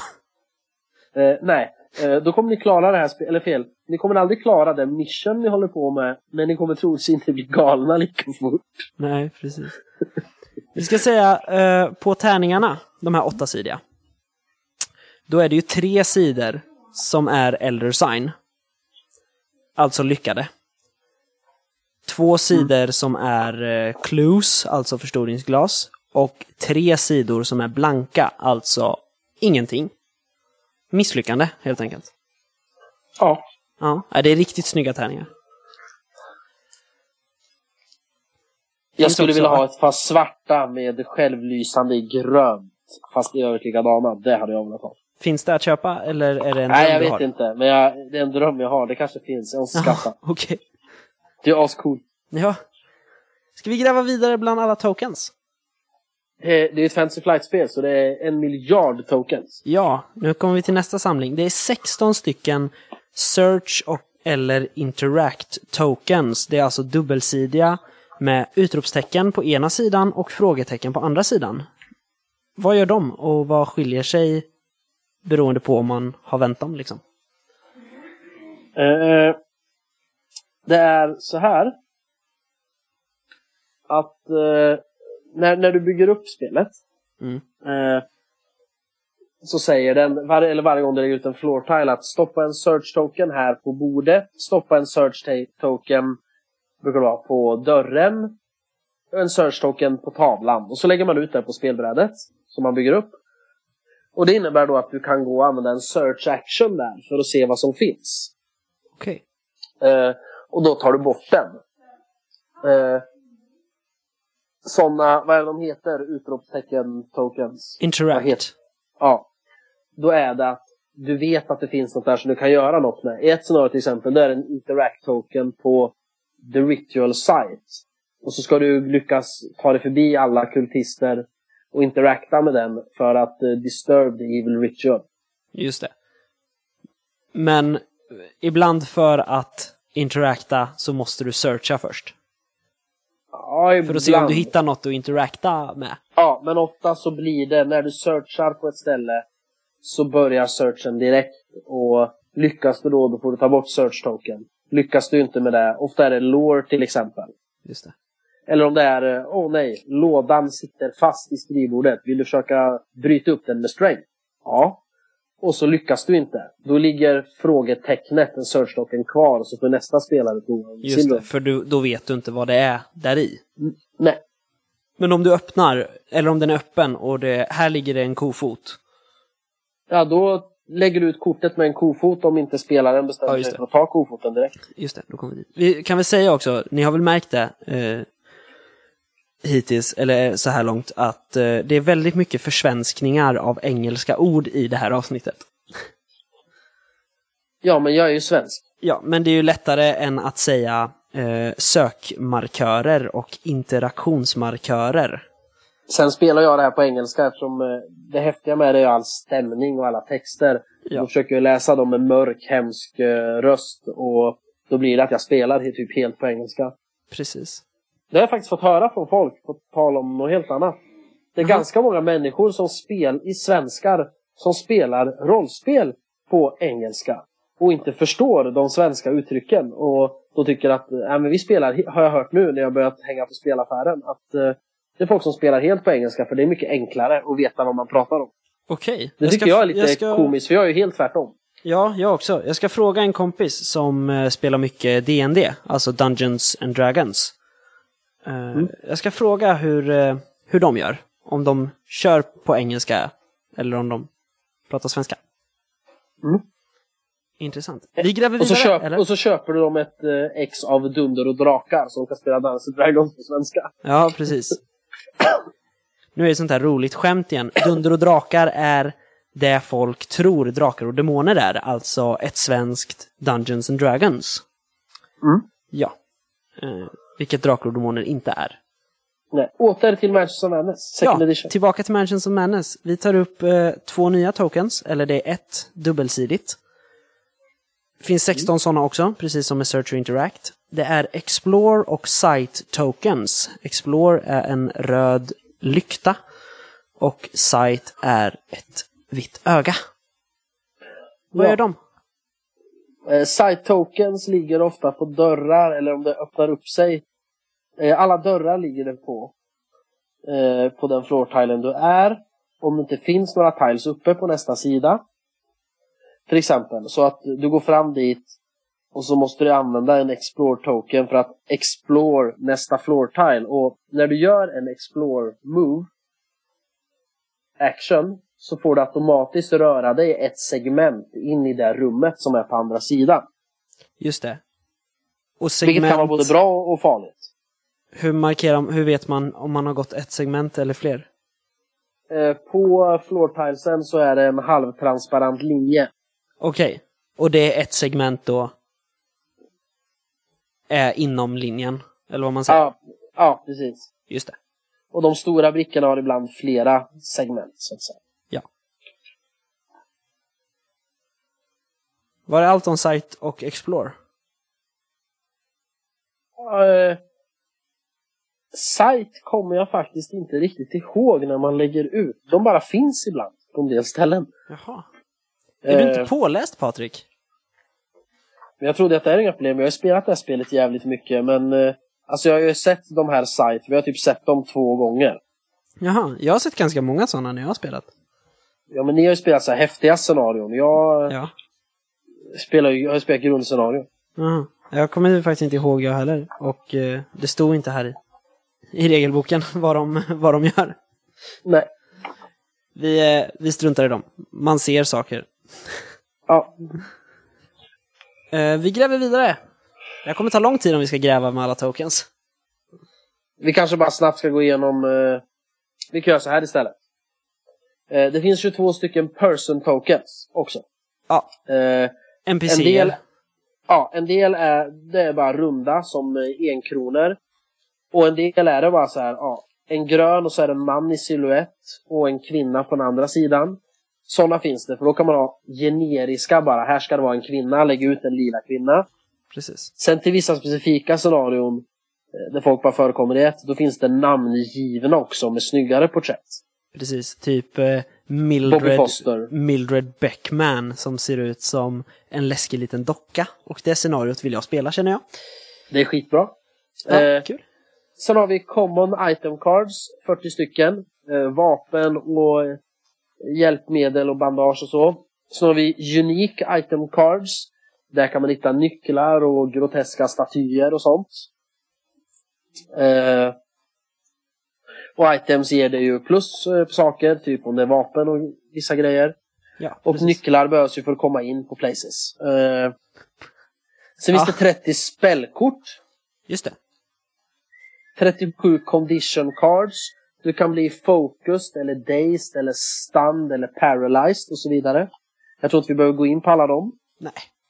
Nej, då kommer ni klara det här eller fel. Ni kommer aldrig klara den mission ni håller på med. Men ni kommer troligtvis inte bli galna lika fort. Nej, precis. Vi ska säga på tärningarna, de här 8-sidiga. Då är det ju 3 sidor som är elder sign. Alltså lyckade. 2 sidor som är clues, alltså förstoringsglas. Och 3 sidor som är blanka, alltså ingenting. Misslyckande, helt enkelt. Ja. Ja, det är riktigt snygga tärningar. Jag skulle vilja ha ett par svarta med självlysande grönt. Fast i övrigt likadana. Det hade jag velat ha. Finns det att köpa eller är det en dröm? Nej, jag vet inte. Men det är en dröm jag har. Det kanske finns. Jag måste skaffa. Okej. Det är ascool. Ja. Ska vi gräva vidare bland alla tokens? Det är ett Fantasy Flight-spel, så det är 1 miljard tokens. Ja, nu kommer vi till nästa samling. Det är 16 stycken search eller interact tokens. Det är alltså dubbelsidiga med utropstecken på ena sidan och frågetecken på andra sidan. Vad gör de och vad skiljer sig beroende på om man har vänt dem liksom? Det är så här att när du bygger upp spelet så säger den varje gång du lägger ut en floor tile att stoppa en search token här på bordet, stoppa en search token brukar det vara på dörren, en search token på tavlan, och så lägger man ut det på spelbrädet som man bygger upp. Och det innebär då att du kan gå och använda en search action där för att se vad som finns. Okej. Och då tar du bort den. Sådana, vad är de heter? Utropstecken tokens. Interact. Ja. Då är det att du vet att det finns något där som du kan göra något med. I ett scenario till exempel, där är en interact token på the ritual site. Och så ska du lyckas ta dig förbi alla kultister och interakta med den för att disturb the evil ritual. Just det. Men ibland för att interakta så måste du searcha först. Ja, för att se om du hittar något att interakta med. Ja, men ofta så blir det, när du searchar på ett ställe så börjar searchen direkt. Och lyckas du då får du ta bort search token. Lyckas du inte med det, ofta är det lore till exempel. Just det. Eller om det är, lådan sitter fast i skrivbordet. Vill du försöka bryta upp den med strength? Ja. Och så lyckas du inte. Då ligger frågetecknet, en search token kvar, och så får nästa spelare prova. Just det, för då vet du inte vad det är där i. Nej. Men om du öppnar, eller om den är öppen och här ligger det en kofot. Ja, då lägger du ut kortet med en kofot om inte spelaren bestämmer sig för att ta kofoten direkt. Just det, då kommer vi dit. Vi kan väl säga också, ni har väl märkt det. hittills, eller så här långt, att det är väldigt mycket försvenskningar av engelska ord i det här avsnittet. Ja, men jag är ju svensk. Ja, men det är ju lättare än att säga sökmarkörer och interaktionsmarkörer. Sen spelar jag det här på engelska eftersom det häftiga med det är all stämning och alla texter. Ja. Då försöker jag läsa dem med mörk, hemsk röst och då blir det att jag spelar typ helt på engelska. Precis. Det har jag faktiskt fått höra från folk på tal om något helt annat. Det är ganska många människor svenskar som spelar rollspel på engelska och inte förstår de svenska uttrycken och då tycker att men vi spelar, har jag hört nu när jag börjat hänga på spelaffären, att det är folk som spelar helt på engelska för det är mycket enklare att veta vad man pratar om. Okej. Det tycker jag är lite komiskt för jag är ju helt tvärtom. Ja, jag också. Jag ska fråga en kompis som spelar mycket D&D, alltså Dungeons and Dragons. Jag ska fråga hur de gör. Om de kör på engelska eller om de pratar svenska. Intressant. Vi gräver vidare, och så köper du dem ett ex av Dunder och Drakar som kan spela Dungeons and Dragons på svenska. Ja, precis. Nu är det sånt här roligt skämt igen. Dunder och Drakar är det folk tror Drakar och Demoner är. Alltså ett svenskt Dungeons and Dragons. Ja. Vilket Drakar och Demoner inte är. Nej, åter till Mansions of Madness, second edition. Tillbaka till Mansions of Madness. Vi tar upp 2 nya tokens, eller det är ett dubbelsidigt. Det finns 16 sådana också, precis som med Search och Interact. Det är Explore och Sight tokens. Explore är en röd lykta och Sight är ett vitt öga. Vad är de? Sight tokens ligger ofta på dörrar eller om det öppnar upp sig. Alla dörrar ligger det på den floor-tilen du är. Om det inte finns några tiles uppe på nästa sida. Till exempel, så att du går fram dit och så måste du använda en explore token för att explore nästa floor tile. Och när du gör en explore move action så får du automatiskt röra dig ett segment in i det rummet som är på andra sidan. Just det. Och segment... Vilket kan vara både bra och farligt. Hur vet man om man har gått ett segment eller fler? På floor tilesen så är det en halvtransparent linje. Okej. Och det är ett segment då är inom linjen, eller vad man säger? Ja, precis. Just det. Och de stora brickorna har ibland flera segment, så att säga. Ja. Var det allt om Sight och Explore? Sight kommer jag faktiskt inte riktigt ihåg när man lägger ut. De bara finns ibland på en del ställen. Jaha. Är du inte påläst, Patrik? Jag tror att det är inga problem. Jag har spelat det här spelet jävligt mycket. Men alltså jag har ju sett de här Sight. Vi har typ sett dem 2 gånger. Jaha, jag har sett ganska många sådana när jag har spelat. Ja, men ni har ju spelat så här häftiga scenarion. Jag har spelat grundscenario. Jaha. Jag kommer faktiskt inte ihåg jag heller. Och det stod inte här i regelboken vad de gör. Nej. Vi struntar i dem. Man ser saker. Ja. Vi gräver vidare. Det kommer ta lång tid om vi ska gräva med alla tokens. Vi kanske bara snabbt ska gå igenom... vi kan göra så här istället. Det finns 22 stycken person tokens också. Ja. NPC. En del är bara runda som 1 kronor. Och en del är det bara så här, en grön och så är det en man i silhuett och en kvinna på den andra sidan. Sådana finns det, för då kan man ha generiska bara. Här ska det vara en kvinna, lägg ut en lila kvinna. Precis. Sen till vissa specifika scenarion där folk bara förekommer i ett, då finns det namngivna också med snyggare porträtt. Precis, typ Mildred Beckman som ser ut som en läskig liten docka. Och det scenariot vill jag spela, känner jag. Det är skitbra. Ja, kul. Sen har vi common item cards, 40 stycken. Vapen och hjälpmedel och bandage och så. Sen har vi unique item cards. Där kan man hitta nycklar och groteska statyer och sånt. Och items ger det ju plus på saker, typ om det är vapen och vissa grejer. Ja, och precis. nycklar behövs ju för att komma in på places. Sen finns det 30 spellkort. Just det. 37 condition cards. Du kan bli focused eller dazed eller stunned eller paralyzed och så vidare. Jag tror inte vi behöver gå in på alla dem. Nej.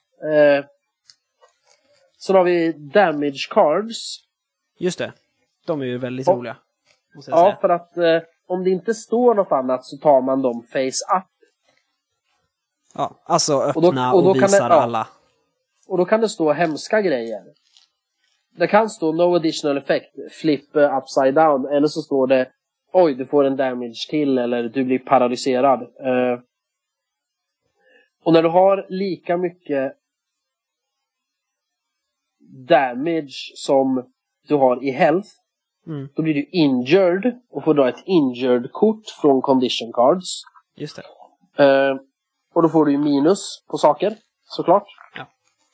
Så har vi damage cards. Just det. De är ju väldigt roliga. Måste jag säga. För att om det inte står något annat så tar man dem face up. Ja, alltså öppna och visar alla. Och då kan det stå hemska grejer. Det kan stå no additional effect, flip upside down. Eller så står det oj, du får en damage till eller du blir paralyserad. Och när du har lika mycket damage som du har i health, då blir du injured och får dra ett injured-kort från condition cards. Just det. Och då får du ju minus på saker, såklart. Ja.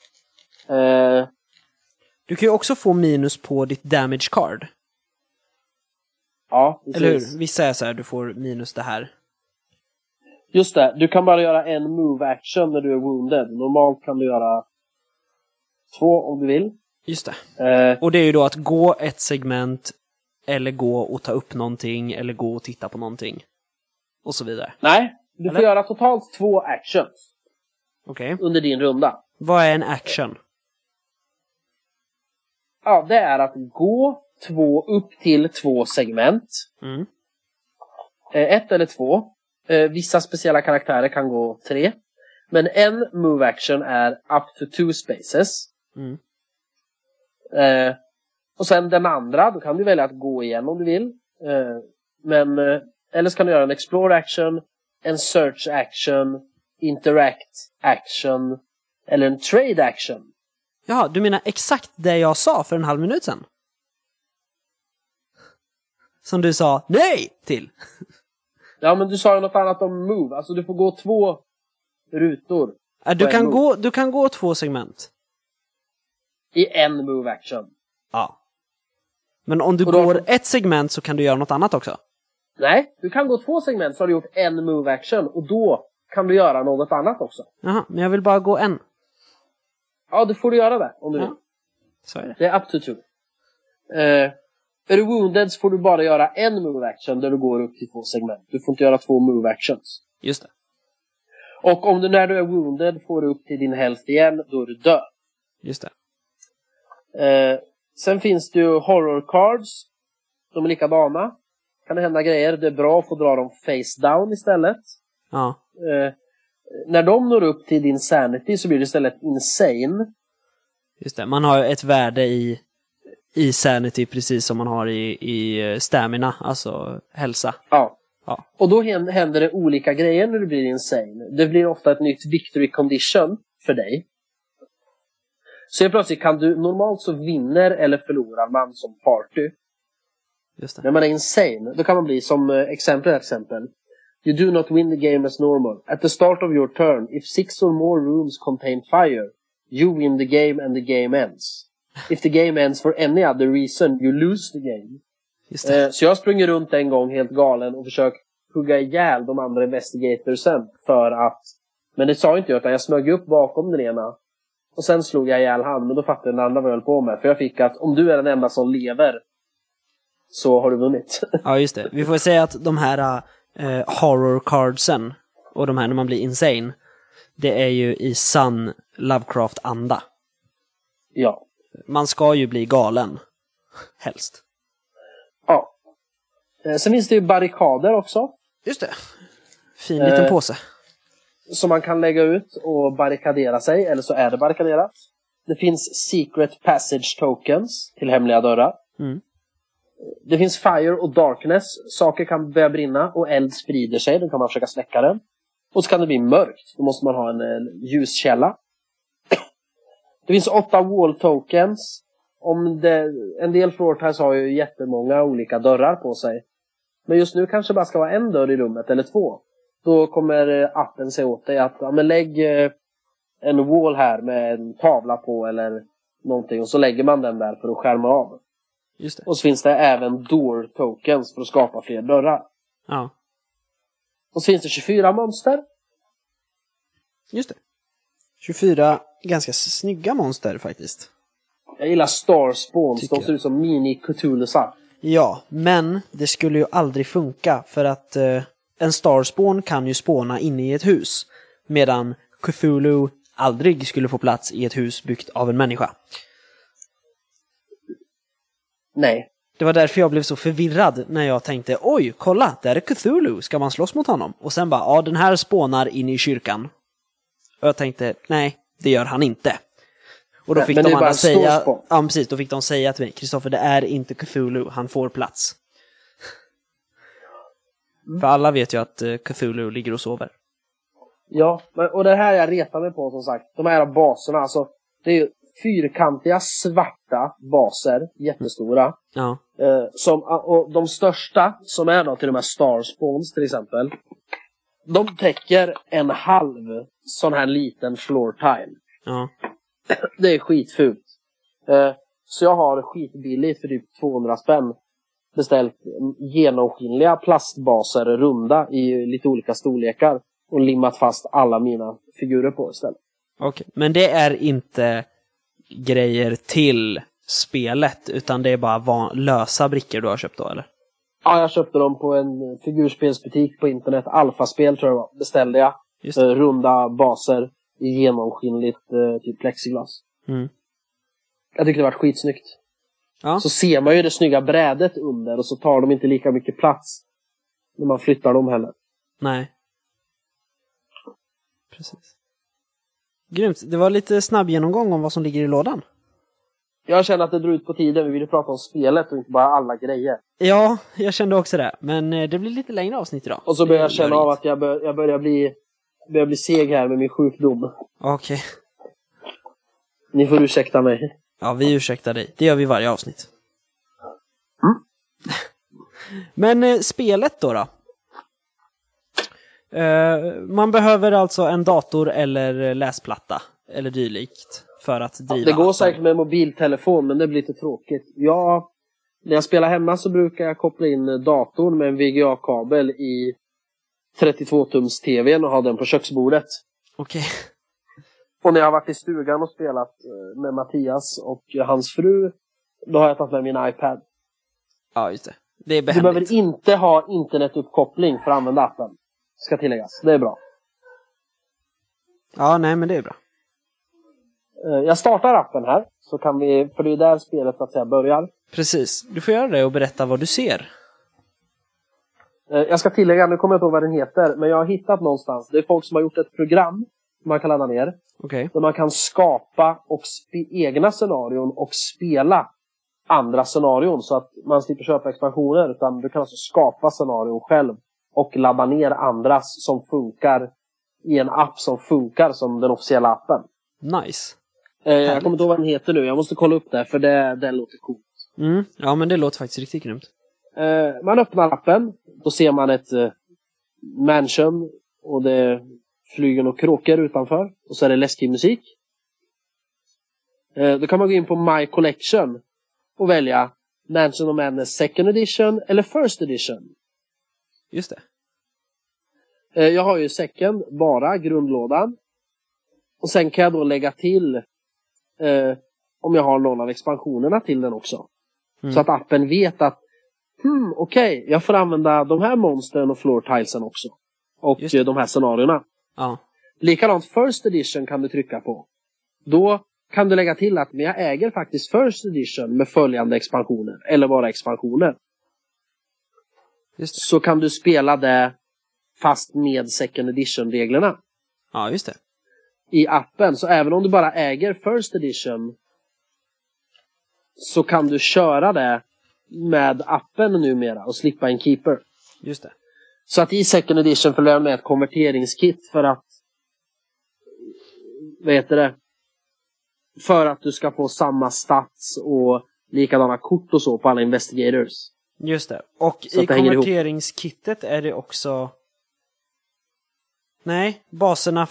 Du kan ju också få minus på ditt damage card. Ja, precis. Eller hur? Vissa är så här, du får minus det här. Just det, du kan bara göra en move action när du är wounded. Normalt kan du göra 2 om du vill. Just det. Och det är ju då att gå ett segment, eller gå och ta upp någonting, eller gå och titta på någonting. Och så vidare. Nej, du får göra totalt 2 actions. Okej. Under din runda. Vad är en action? Ja, det är att gå upp till 2 segment. 1 eller 2. Vissa speciella karaktärer kan gå 3. Men en move action är up to 2 spaces. Och sen den andra, då kan du välja att gå igen om du vill. Eller så kan du göra en explore action, en search action, interact action eller en trade action. Ja, du menar exakt det jag sa för en halv minut sedan? Som du sa nej till. Ja, men du sa ju något annat om move. Alltså du får gå 2 rutor. Du kan gå 2 segment. I en move action. Ja. Men om du går ett segment så kan du göra något annat också. Nej, du kan gå 2 segment så har du gjort en move action. Och då kan du göra något annat också. Jaha, men jag vill bara gå en. Ja, då får du göra det om du vill. Så är det. Det är up to 2. Är du wounded så får du bara göra en move action där du går upp till 2 segment. Du får inte göra 2 move actions. Just det. Och om du när du är wounded får du upp till din health igen, då är du död. Just det. Sen finns det ju horror cards. De är likadana. Kan det hända grejer. Det är bra att få dra dem face down istället. Ja. När de når upp till din sanity så blir det istället insane. Just det. Man har ett värde i sanity precis som man har i stamina, alltså hälsa. Ja. Och då händer det olika grejer när du blir insane. Det blir ofta ett nytt victory condition för dig. Så plötsligt kan du, normalt så vinner eller förlorar man som party. Just det. När man är insane, då kan man bli som exempel. You do not win the game as normal. At the start of your turn, if 6 or more rooms contain fire, you win the game and the game ends. If the game ends for any other reason, you lose the game. Just det. Så jag sprang runt en gång helt galen och försökt hugga ihjäl de andra investigatorsen för att... Men det sa inte jag, utan jag smög upp bakom den ena. Och sen slog jag ihjäl han, men då fattade den andra vad jag höll på med. För jag fick att om du är den enda som lever så har du vunnit. Ja, just det. Vi får säga att de här horror cardsen och de här när man blir insane, det är ju i sann Lovecraft-anda. Ja. Man ska ju bli galen. Helst. Ja. Sen finns det ju barrikader också. Just det. Fin liten påse. Som man kan lägga ut och barrikadera sig. Eller så är det barrikaderat. Det finns secret passage tokens till hemliga dörrar. Det finns fire och darkness. Saker kan börja brinna och eld sprider sig. Då kan man försöka släcka den. Och så kan det bli mörkt. Då måste man ha en ljuskälla. Det finns 8 wall tokens. En del floor tiles har ju jättemånga olika dörrar på sig. Men just nu kanske bara ska vara en dörr i rummet eller 2. Då kommer appen säga åt dig att men lägg en wall här med en tavla på eller någonting. Och så lägger man den där för att skärma av. Just det. Och så finns det även door tokens för att skapa fler dörrar. Ja. Och så finns det 24 monster. Just det. 24 ganska snygga monster faktiskt. Jag gillar Starspawns. Tycker De ser ut som mini-Cthulhusar. Ja, men det skulle ju aldrig funka för att en Starspawn kan ju spåna inne i ett hus. Medan Cthulhu aldrig skulle få plats i ett hus byggt av en människa. Nej. Det var därför jag blev så förvirrad när jag tänkte, oj, kolla, där är Cthulhu, ska man slåss mot honom? Och sen bara, ja, den här spånar in i kyrkan. Och jag tänkte, nej, det gör han inte. Och då fick de andra säga, ja precis, då fick de säga till mig, Kristoffer, det är inte Cthulhu, han får plats. För alla vet ju att Cthulhu ligger och sover. Ja, och det här jag retar mig på som sagt. De här baserna, alltså, det är ju fyrkantiga svarta baser, jättestora. Ja. Och de största, som är då till de här Starspawns till exempel, de täcker en halv sån här liten floor tile. Ja. Det är skitfult. Så jag har skitbilligt för typ 200 spänn beställt genomskinliga plastbaser runda i lite olika storlekar och limmat fast alla mina figurer på istället. Okej, men det är inte grejer till spelet, utan det är bara lösa brickor du har köpt då, eller? Ja, jag köpte dem på en figurspelsbutik på internet. Alfaspel tror jag var. Beställde jag. Runda baser i genomskinligt typ plexiglas. Mm. Jag tyckte det var skitsnyggt. Ja. Så ser man ju det snygga brädet under och så tar de inte lika mycket plats när man flyttar dem heller. Nej. Precis. Grymt. Det var lite snabb genomgång om vad som ligger i lådan. Jag känner att det drar ut på tiden. Vi ville prata om spelet och inte bara alla grejer. Ja, jag kände också det. Men det blir lite längre avsnitt idag. Och så börjar jag känna av att jag börjar bli seg här med min sjukdom. Okej. Ni får ursäkta mig. Ja, vi ursäktar dig. Det gör vi varje avsnitt. Men spelet då? Man behöver alltså en dator eller läsplatta eller dylikt för att driva. Det går säkert med mobiltelefon, men det blir lite tråkigt. När jag spelar hemma så brukar jag koppla in datorn med en VGA-kabel i 32-tums tvn och ha den på köksbordet. Okej. Och när jag har varit i stugan och spelat med Mattias och hans fru, då har jag tagit med min iPad. Ja, just det. Det är behändigt. Du behöver inte ha internetuppkoppling för att använda appen. Ska tilläggas. Det är bra. Ja, nej, men det är bra. Jag startar appen här. Så kan vi, för det är där spelet så att säga börjar. Precis. Du får göra det och berätta vad du ser. Jag ska tillägga, nu kommer jag inte ihåg vad den heter. Men jag har hittat någonstans. Det är folk som har gjort ett program man kan ladda ner. Okej. Där man kan skapa egna scenarion och spela andra scenarion. Så att man slipper köpa expansioner. Utan du kan alltså skapa scenarion själv. Och ladda ner andras som funkar i en app som funkar som den officiella appen. Nice. Jag kommer inte ihåg vad den heter nu. Jag måste kolla upp det för det låter coolt. Ja, men det låter faktiskt riktigt grymt. Man öppnar appen. Då ser man ett mansion. Och det flyger och kråkor utanför. Och så är det läskig musik. Då kan man gå in på My Collection. Och välja Mansion of Madness Second Edition eller First Edition. Just det. Jag har ju second, bara grundlådan. Och sen kan jag då lägga till om jag har någon av expansionerna till den också. Så att appen vet att okej, jag får använda de här monstren och floor tilesen också. Och de här scenarierna. Ja. Likadant First Edition kan du trycka på. Då kan du lägga till att men jag äger faktiskt First Edition med följande expansioner. Eller bara expansioner. Just det. Så kan du spela det fast med Second Edition-reglerna. Ja, just det. I appen. Så även om du bara äger First Edition så kan du köra det med appen numera och slippa en keeper. Just det. Så att i Second Edition följer med ett konverteringskit för att för att du ska få samma stats och likadana kort och så på alla investigators. Just det. Och så i konverteringskittet är det också... Nej, baserna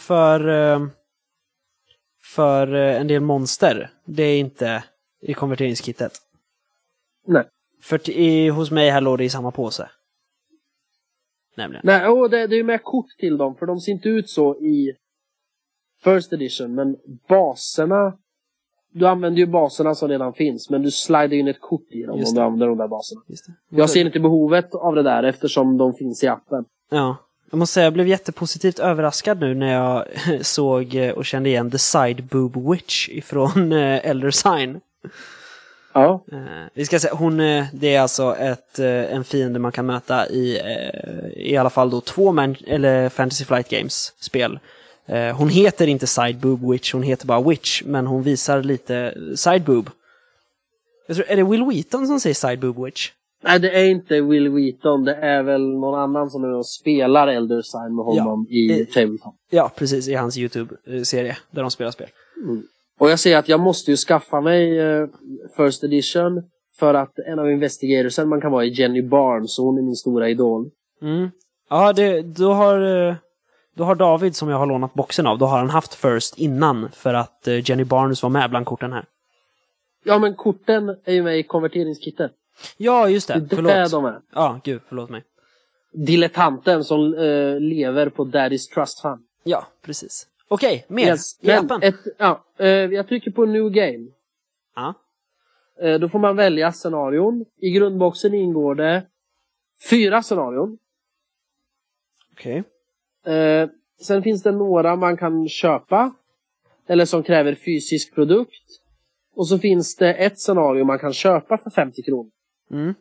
för en del monster. Det är inte i konverteringskittet. Nej. För hos mig här låg det i samma påse. Nämligen. Nej, det är ju med kort till dem. För de ser inte ut så i First Edition. Men baserna du använder ju baserna som redan finns, men du slider in ett kort i dem om du använder de där baserna. Just det. Jag ser inte behovet av det där eftersom de finns i appen. Ja, jag måste säga jag blev jättepositivt överraskad nu när jag såg och kände igen The Side Boob Witch ifrån Elder Sign. Ja. Vi ska säga, det är alltså en fiende man kan möta i alla fall då 2 Fantasy Flight Games spel. Hon heter inte Side Boob Witch, hon heter bara Witch, men hon visar lite Side Boob. Jag tror, är det Will Wheaton som säger Side Boob Witch? Nej, det är inte Will Wheaton, det är väl någon annan som är och spelar Elder Sign med honom i Tabletop. Ja, precis, i hans YouTube-serie där de spelar spel. Mm. Och jag ser att jag måste ju skaffa mig First Edition för att en av investigatorsen man kan vara är Jenny Barnes, och hon är min stora idol. Mm. Ja, då har David, som jag har lånat boxen av, då har han haft First innan för att Jenny Barnes var med bland korten här. Ja, men korten är ju med i konverteringskittet. Ja, just det. Det är de är. Ja, gud, förlåt mig. Dilettanten som lever på Daddy's Trust Fund. Ja, precis. Okej, mer i appen. Jag trycker på New Game. Ja. Då får man välja scenarion. I grundboxen ingår det 4 scenarion. Okej. Sen finns det några man kan köpa. Eller som kräver fysisk produkt. Och så finns det ett scenario man kan köpa för 50 kronor. Mm.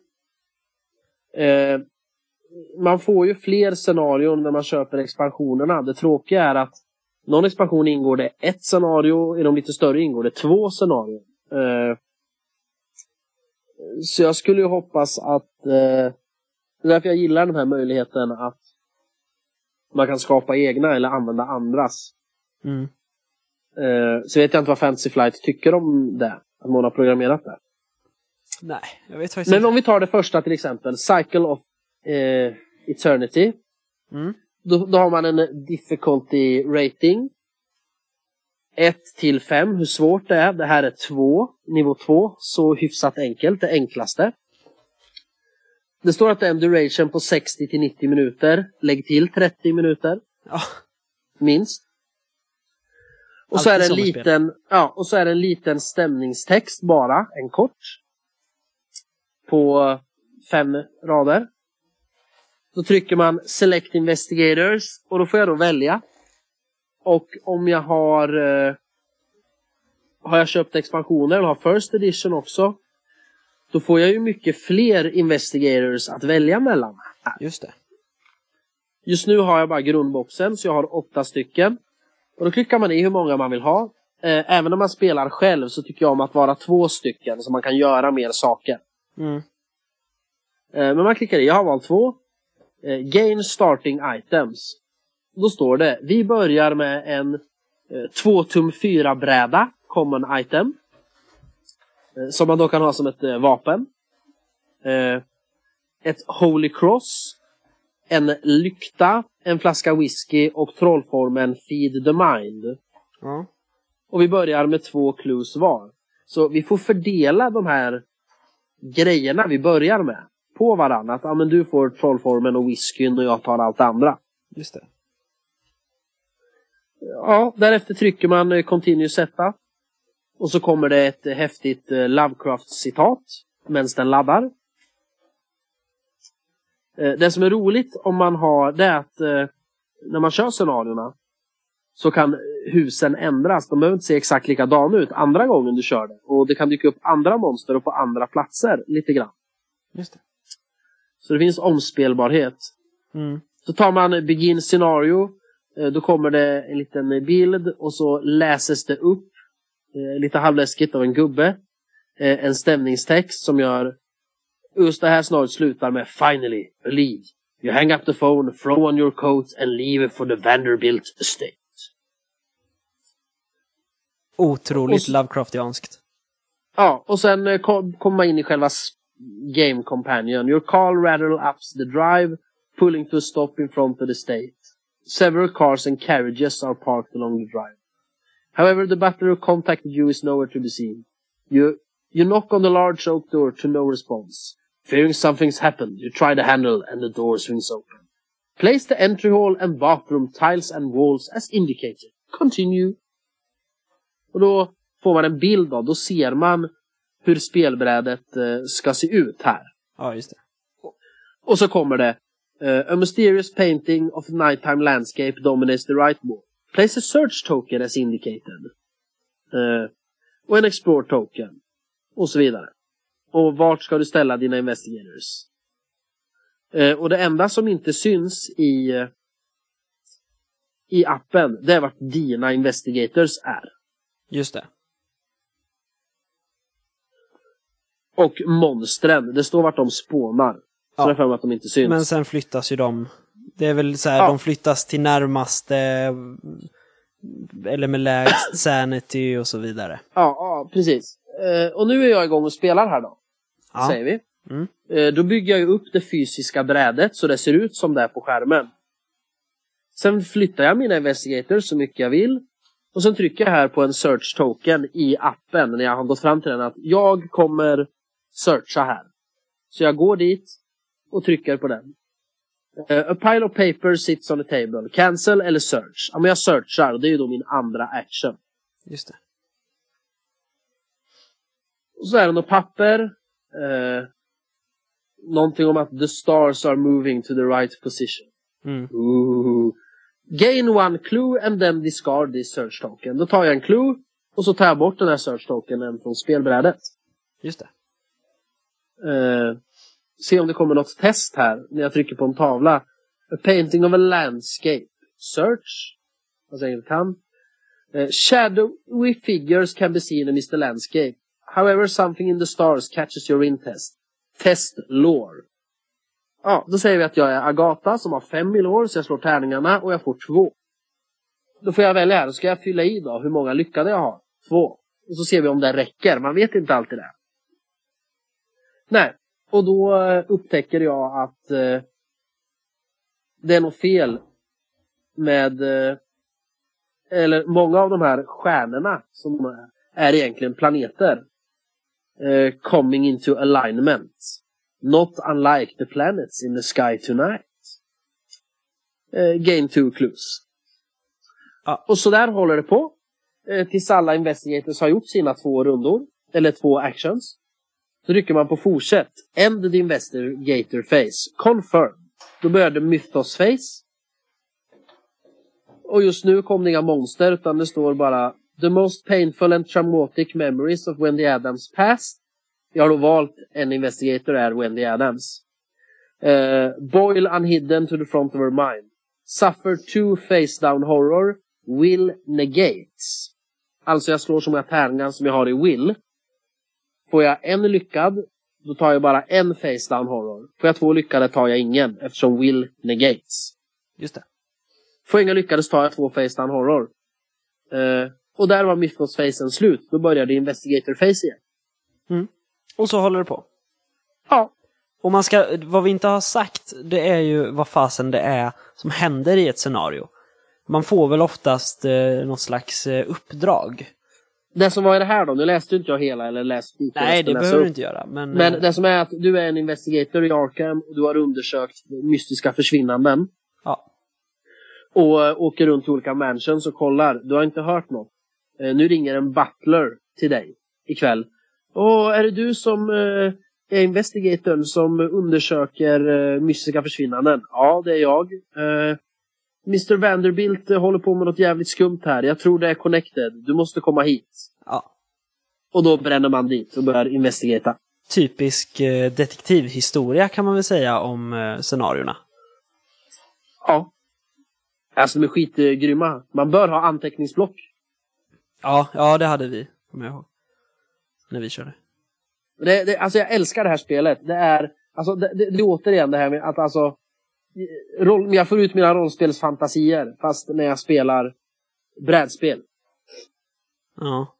Man får ju fler scenarion när man köper expansionerna. Det tråkiga är att någon expansion ingår det 1 scenario, i de lite större ingår det 2 scenarion. Så jag skulle ju hoppas att det är därför jag gillar den här möjligheten att man kan skapa egna eller använda andras. Mm. Så vet jag inte vad Fantasy Flight tycker om det, att man har programmerat det. Nej, jag vet faktiskt inte. Men om vi tar det första till exempel, Cycle of Eternity. Mm. Då har man en difficulty rating 1-5, hur svårt det är. Det här är 2, nivå 2, så hyfsat enkelt, det enklaste. Det står att det är en duration på 60-90 minuter. Lägg till 30 minuter. Ja. Minst. Och så är det en liten stämningstext bara, en kort. På 5 rader. Då trycker man Select Investigators och då får jag då välja. Och om jag har jag köpt expansioner eller har First Edition också, då får jag ju mycket fler Investigators att välja mellan. Just det. Just nu har jag bara grundboxen, så jag har 8 stycken. Och då klickar man i hur många man vill ha. Även om man spelar själv så tycker jag om att vara 2 stycken så man kan göra mer saker. Mm. Men man klickar i, jag har valt 2. Gain starting items. Då står det, vi börjar med en 2-4 bräda, common item. Som man då kan ha som ett vapen. Ett holy cross. En lykta, en flaska whisky och trollformen Feed the Mind. Ja. Och vi börjar med 2 clues var. Så vi får fördela de här grejerna vi börjar med på varandra. Att men du får trollformen och whiskyn och jag tar allt andra. Just det. Ja, därefter trycker man continue setup. Och så kommer det ett häftigt Lovecraft-citat medan den laddar. Det som är roligt om man har det är att när man kör scenarierna så kan husen ändras. De behöver inte se exakt likadana ut andra gången du kör det. Och det kan dyka upp andra monster och på andra platser lite grann. Just det. Så det finns omspelbarhet. Mm. Så tar man begin scenario. Då kommer det en liten bild och så läses det upp lite halvläskigt av en gubbe. En stämningstext som gör just det här snart slutar med finally, believe. You hang up the phone, throw on your coat and leave for the Vanderbilt estate. Otroligt Lovecraftianskt. Ja, och sen kommer man in i själva game companion. Your car rattle ups the drive, pulling to a stop in front of the estate. Several cars and carriages are parked along the drive. However, the butler who contacted you is nowhere to be seen. You knock on the large oak door to no response. Fearing something's happened, you try the handle and the door swings open. Place the entry hall and bathroom tiles and walls as indicated. Continue. Och då får man en bild av. Då ser man hur spelbrädet ska se ut här. Ja, just det. Och så kommer det a mysterious painting of nighttime landscape dominates the right wall. Place a search token as indicated. Och en explore token. Och så vidare. Och vart ska du ställa dina investigators? Och det enda som inte syns i appen, det är vart dina investigators är. Just det. Och monstren, det står vart de spånar. Så det är för att de inte syns. Men sen flyttas ju de. Det är väl så här, de flyttas till närmaste eller med lägst sanity och så vidare. Ja, precis. Och nu är jag igång och spelar här då. Säger vi. Då bygger jag ju upp det fysiska brädet så det ser ut som det är på skärmen. Sen flyttar jag mina investigators så mycket jag vill. Och sen trycker jag här på en search token i appen när jag har gått fram till den att jag kommer searcha här. Så jag går dit och trycker på den. A pile of paper sits on a table. Cancel eller search. Ja, men jag searchar och det är ju då min andra action. Just det. Och så är det något papper. Någonting om att the stars are moving to the right position. Gain one clue and then discard this search token. Då tar jag en clue och så tar jag bort den här search tokenen från spelbrädet. Just det. Se om det kommer något test här när jag trycker på en tavla. A painting of a landscape. Search. Alltså jag kan. Shadowy figures can be seen in Mr. Landscape. However, something in the stars catches your interest. Test lore. Ja, då säger vi att jag är Agatha som har 5 i lore, så jag slår tärningarna och jag får 2. Då får jag välja här, då ska jag fylla i då hur många lyckade jag har. 2. Och så ser vi om det räcker, man vet inte alltid det. Nej, och då upptäcker jag att det är något fel med eller många av de här stjärnorna som är egentligen planeter coming into alignment. Not unlike the planets in the sky tonight. Gain 2 clues. Och så där håller det på. Tills alla investigators har gjort sina 2 rundor. Eller 2 actions. Så rycker man på fortsätt. End the investigator phase. Confirm. Då började Mythos phase. Och just nu kom det inga monster. Utan det står bara the most painful and traumatic memories of Wendy Adams past. Jag har då valt en investigator är Wendy Adams. Boil unhidden to the front of her mind. Suffer 2 face down horror. Will negates. Alltså jag slår så många tärningar som jag har i will. Får jag en lyckad, då tar jag bara en face down horror. Får jag 2 lyckade tar jag ingen, eftersom will negates. Just det. Får jag inga lyckade så tar jag 2 face down horror. Och där var Mythos-facen slut. Då började investigator-face igen. Och så håller det på. Ja. Och vad vi inte har sagt, det är ju vad fasen det är som händer i ett scenario. Man får väl oftast något slags uppdrag. Det som var i det här då, nu läste inte jag hela eller läste lite. Nej, det behöver du inte göra. Men det som är att du är en investigator i Arkham och du har undersökt mystiska försvinnanden. Ja. Och åker runt till olika mansions och kollar. Du har inte hört något. Nu ringer en butler till dig ikväll. Och är det du som är investigatorn som undersöker mystiska försvinnanden? Ja, det är jag. Mr. Vanderbilt håller på med något jävligt skumt här. Jag tror det är connected. Du måste komma hit. Ja. Och då bränner man dit och börjar investigata. Typisk detektivhistoria kan man väl säga om scenarierna. Ja. Alltså de är skitgrymma. Man bör ha anteckningsblock. Ja, det hade vi, kommer jag ihåg. När vi körde. Alltså jag älskar det här spelet. Det är alltså det är återigen det här med att alltså jag får ut mina rollspelsfantasier fast när jag spelar brädspel. Ja.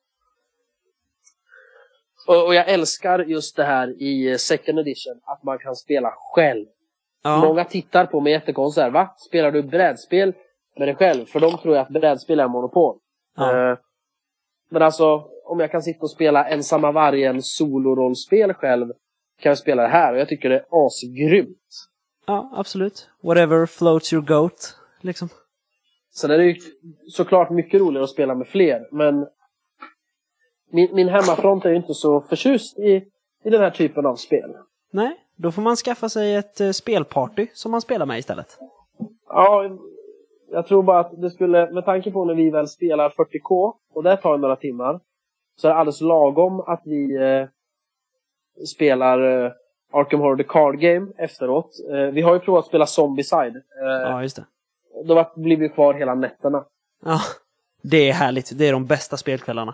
Och jag älskar just det här i second edition att man kan spela själv. Ja. Många tittar på mig jättekonstigt här. Va? Spelar du brädspel med dig själv? För de tror jag att brädspel är monopol. Ja. Men alltså om jag kan sitta och spela ensamma vargen solorollspel själv kan jag spela det här och jag tycker det är asgrymt. Ja, absolut. Whatever floats your goat, liksom. Sen är det ju såklart mycket roligare att spela med fler, men min hemmafront är ju inte så förtjust i den här typen av spel. Nej, då får man skaffa sig ett spelparty som man spelar med istället. Ja, jag tror bara att det skulle, med tanke på när vi väl spelar 40K, och det tar några timmar, så är det alldeles lagom att vi spelar Arkham Horror The Card Game efteråt. Vi har ju provat att spela Zombicide. Ja, just det. Då blir vi kvar hela nätterna. Ja, det är härligt. Det är de bästa spelkvällarna.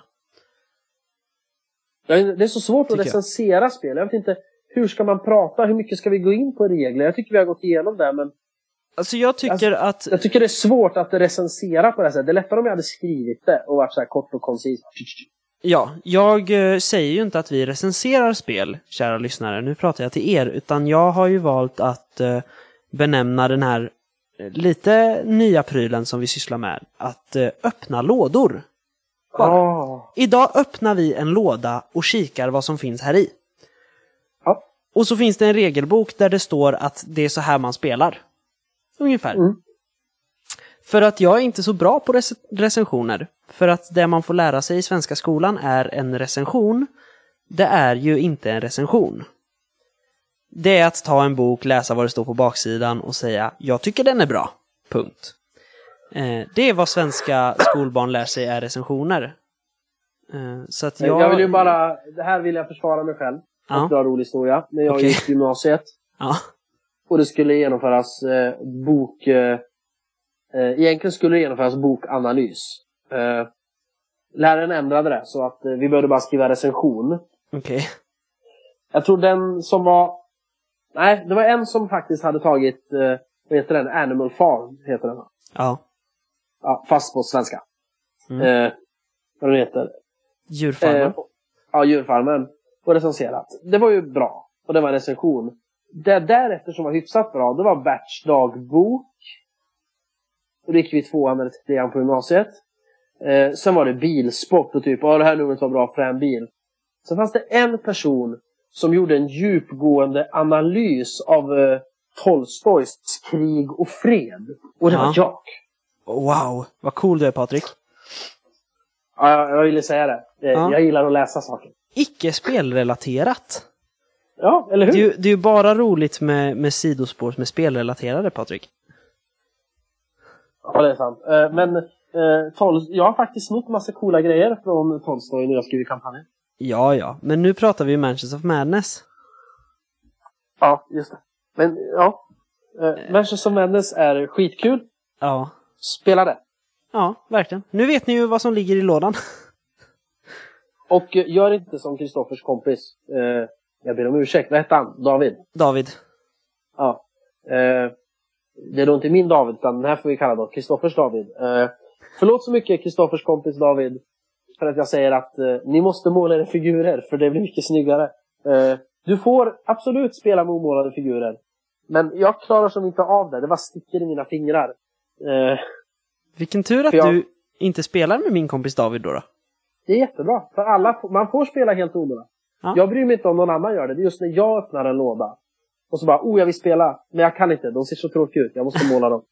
Det är så svårt att recensera spel. Jag vet inte, hur ska man prata? Hur mycket ska vi gå in på regler? Jag tycker vi har gått igenom det, men... Alltså jag tycker det är svårt att recensera på det här sättet. Det är lättare om jag hade skrivit det och varit så här kort och koncis. Ja, jag säger ju inte att vi recenserar spel, kära lyssnare. Nu pratar jag till er, utan jag har ju valt att benämna den här lite nya prylen som vi sysslar med. Att öppna lådor. Idag öppnar vi en låda och kikar vad som finns här i. Ja. Och så finns det en regelbok där det står att det är så här man spelar. Ungefär. För att jag är inte så bra på recensioner. För att det man får lära sig i svenska skolan är en recension. Det är ju inte en recension. Det är att ta en bok, läsa vad det står på baksidan och säga jag tycker den är bra. Punkt. Det är vad svenska skolbarn lär sig är recensioner. Så att jag vill ju bara, det här vill jag försvara mig själv. En bra rolig historia. När jag gick i gymnasiet. Ja. Och det skulle genomföras egentligen skulle det genomföras bokanalys. Läraren ändrade det så att vi började bara skriva recension. Okej. Jag tror den som var... Nej, det var en som faktiskt hade tagit... vad heter den? Animal Farm heter den. Ja. Ja, fast på svenska. Vad den heter? Djurfarmen. Ja, Djurfarmen. Och recenserat. Det var ju bra. Och det var en recension. Det därefter som var hyfsat bra, det var Berts dagbok. Och då gick vi 2an eller 3an på gymnasiet. Sen var det bilsport och typ, det här numret var bra för en bil. Sen fanns det en person som gjorde en djupgående analys av Tolstojs Krig och fred. Och det var jag. Wow, vad cool du är, Patrik. Ja, jag ville säga det. Jag gillar att läsa saker. Icke spelrelaterat. Ja, eller hur? Det är ju bara roligt med sidospår som är spelrelaterade, Patrik. Ja, det är sant. Men jag har faktiskt snott massa coola grejer från Tolstoj när jag skriver kampanjen. Ja. Men nu pratar vi ju Mansions of Madness. Ja, just det. Men ja. Mansions of Madness är skitkul. Ja. Spela det. Ja, verkligen. Nu vet ni ju vad som ligger i lådan. Och gör inte som Kristoffers kompis. Jag ber om ursäkt. Vad hette han? David. Ja. Det är då inte min David, utan den här får vi kalla då Kristoffers David. Förlåt så mycket Kristoffers kompis David för att jag säger att ni måste måla era figurer, för det blir mycket snyggare. Du får absolut spela med omålade figurer, men jag klarar som inte av det. Det bara sticker i mina fingrar. Vilken tur att du inte spelar med min kompis David då. Det är jättebra, för alla, man får spela helt omålat. Ja. Jag bryr mig inte om någon annan gör det. Det är just när jag öppnar en låda och så bara, jag vill spela, men jag kan inte. De ser så tråkiga ut, jag måste måla dem.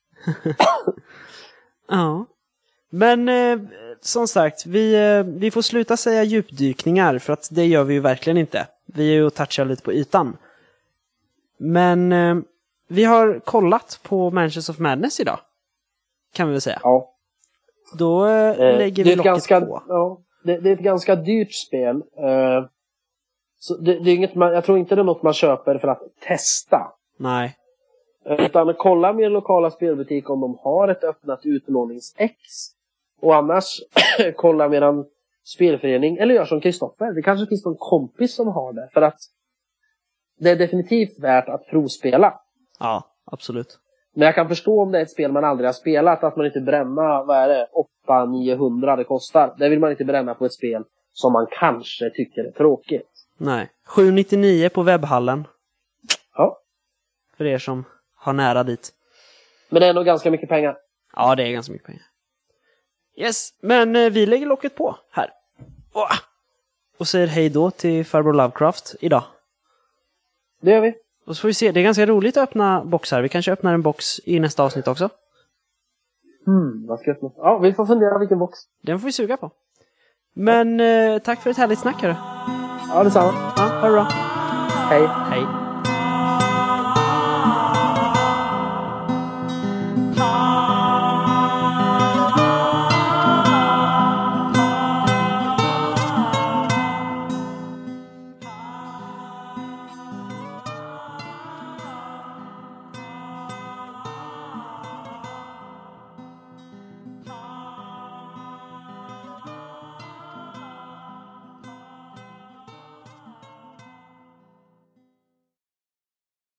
Ja. Men som sagt, vi får sluta säga djupdykningar, för att det gör vi ju verkligen inte. Vi är ju och touchar lite på ytan. Men vi har kollat på Mansions of Madness idag, kan vi väl säga. Ja. Då lägger vi locket på. Ja, det är ett ganska dyrt spel. Så det är inget jag tror inte det är något man köper för att testa. Nej. Utan kolla med en lokala spelbutik om de har ett öppnat utlåningsex. Och annars kolla med en spelförening. Eller gör som Kristoffer. Det kanske finns någon kompis som har det. För att det är definitivt värt att provspela. Ja, absolut. Men jag kan förstå om det är ett spel man aldrig har spelat. Att man inte bränna, 800-900 det kostar. Det vill man inte bränna på ett spel som man kanske tycker är tråkigt. Nej. 799 på webbhallen. Ja. För er som har nära dit. Men det är nog ganska mycket pengar. Ja, det är ganska mycket pengar. Yes, men vi lägger locket på här. Och säger hej då till Farbror Lovecraft idag. Det gör vi. Och så får vi se, det är ganska roligt att öppna boxar. Vi kanske öppnar en box i nästa avsnitt också. Vad ska jag öppna? Ja, vi får fundera vilken box. Den får vi suga på. Men tack för ett härligt snack, hörru. Ja, detsamma. Ja, ha det bra. Hej. Hej.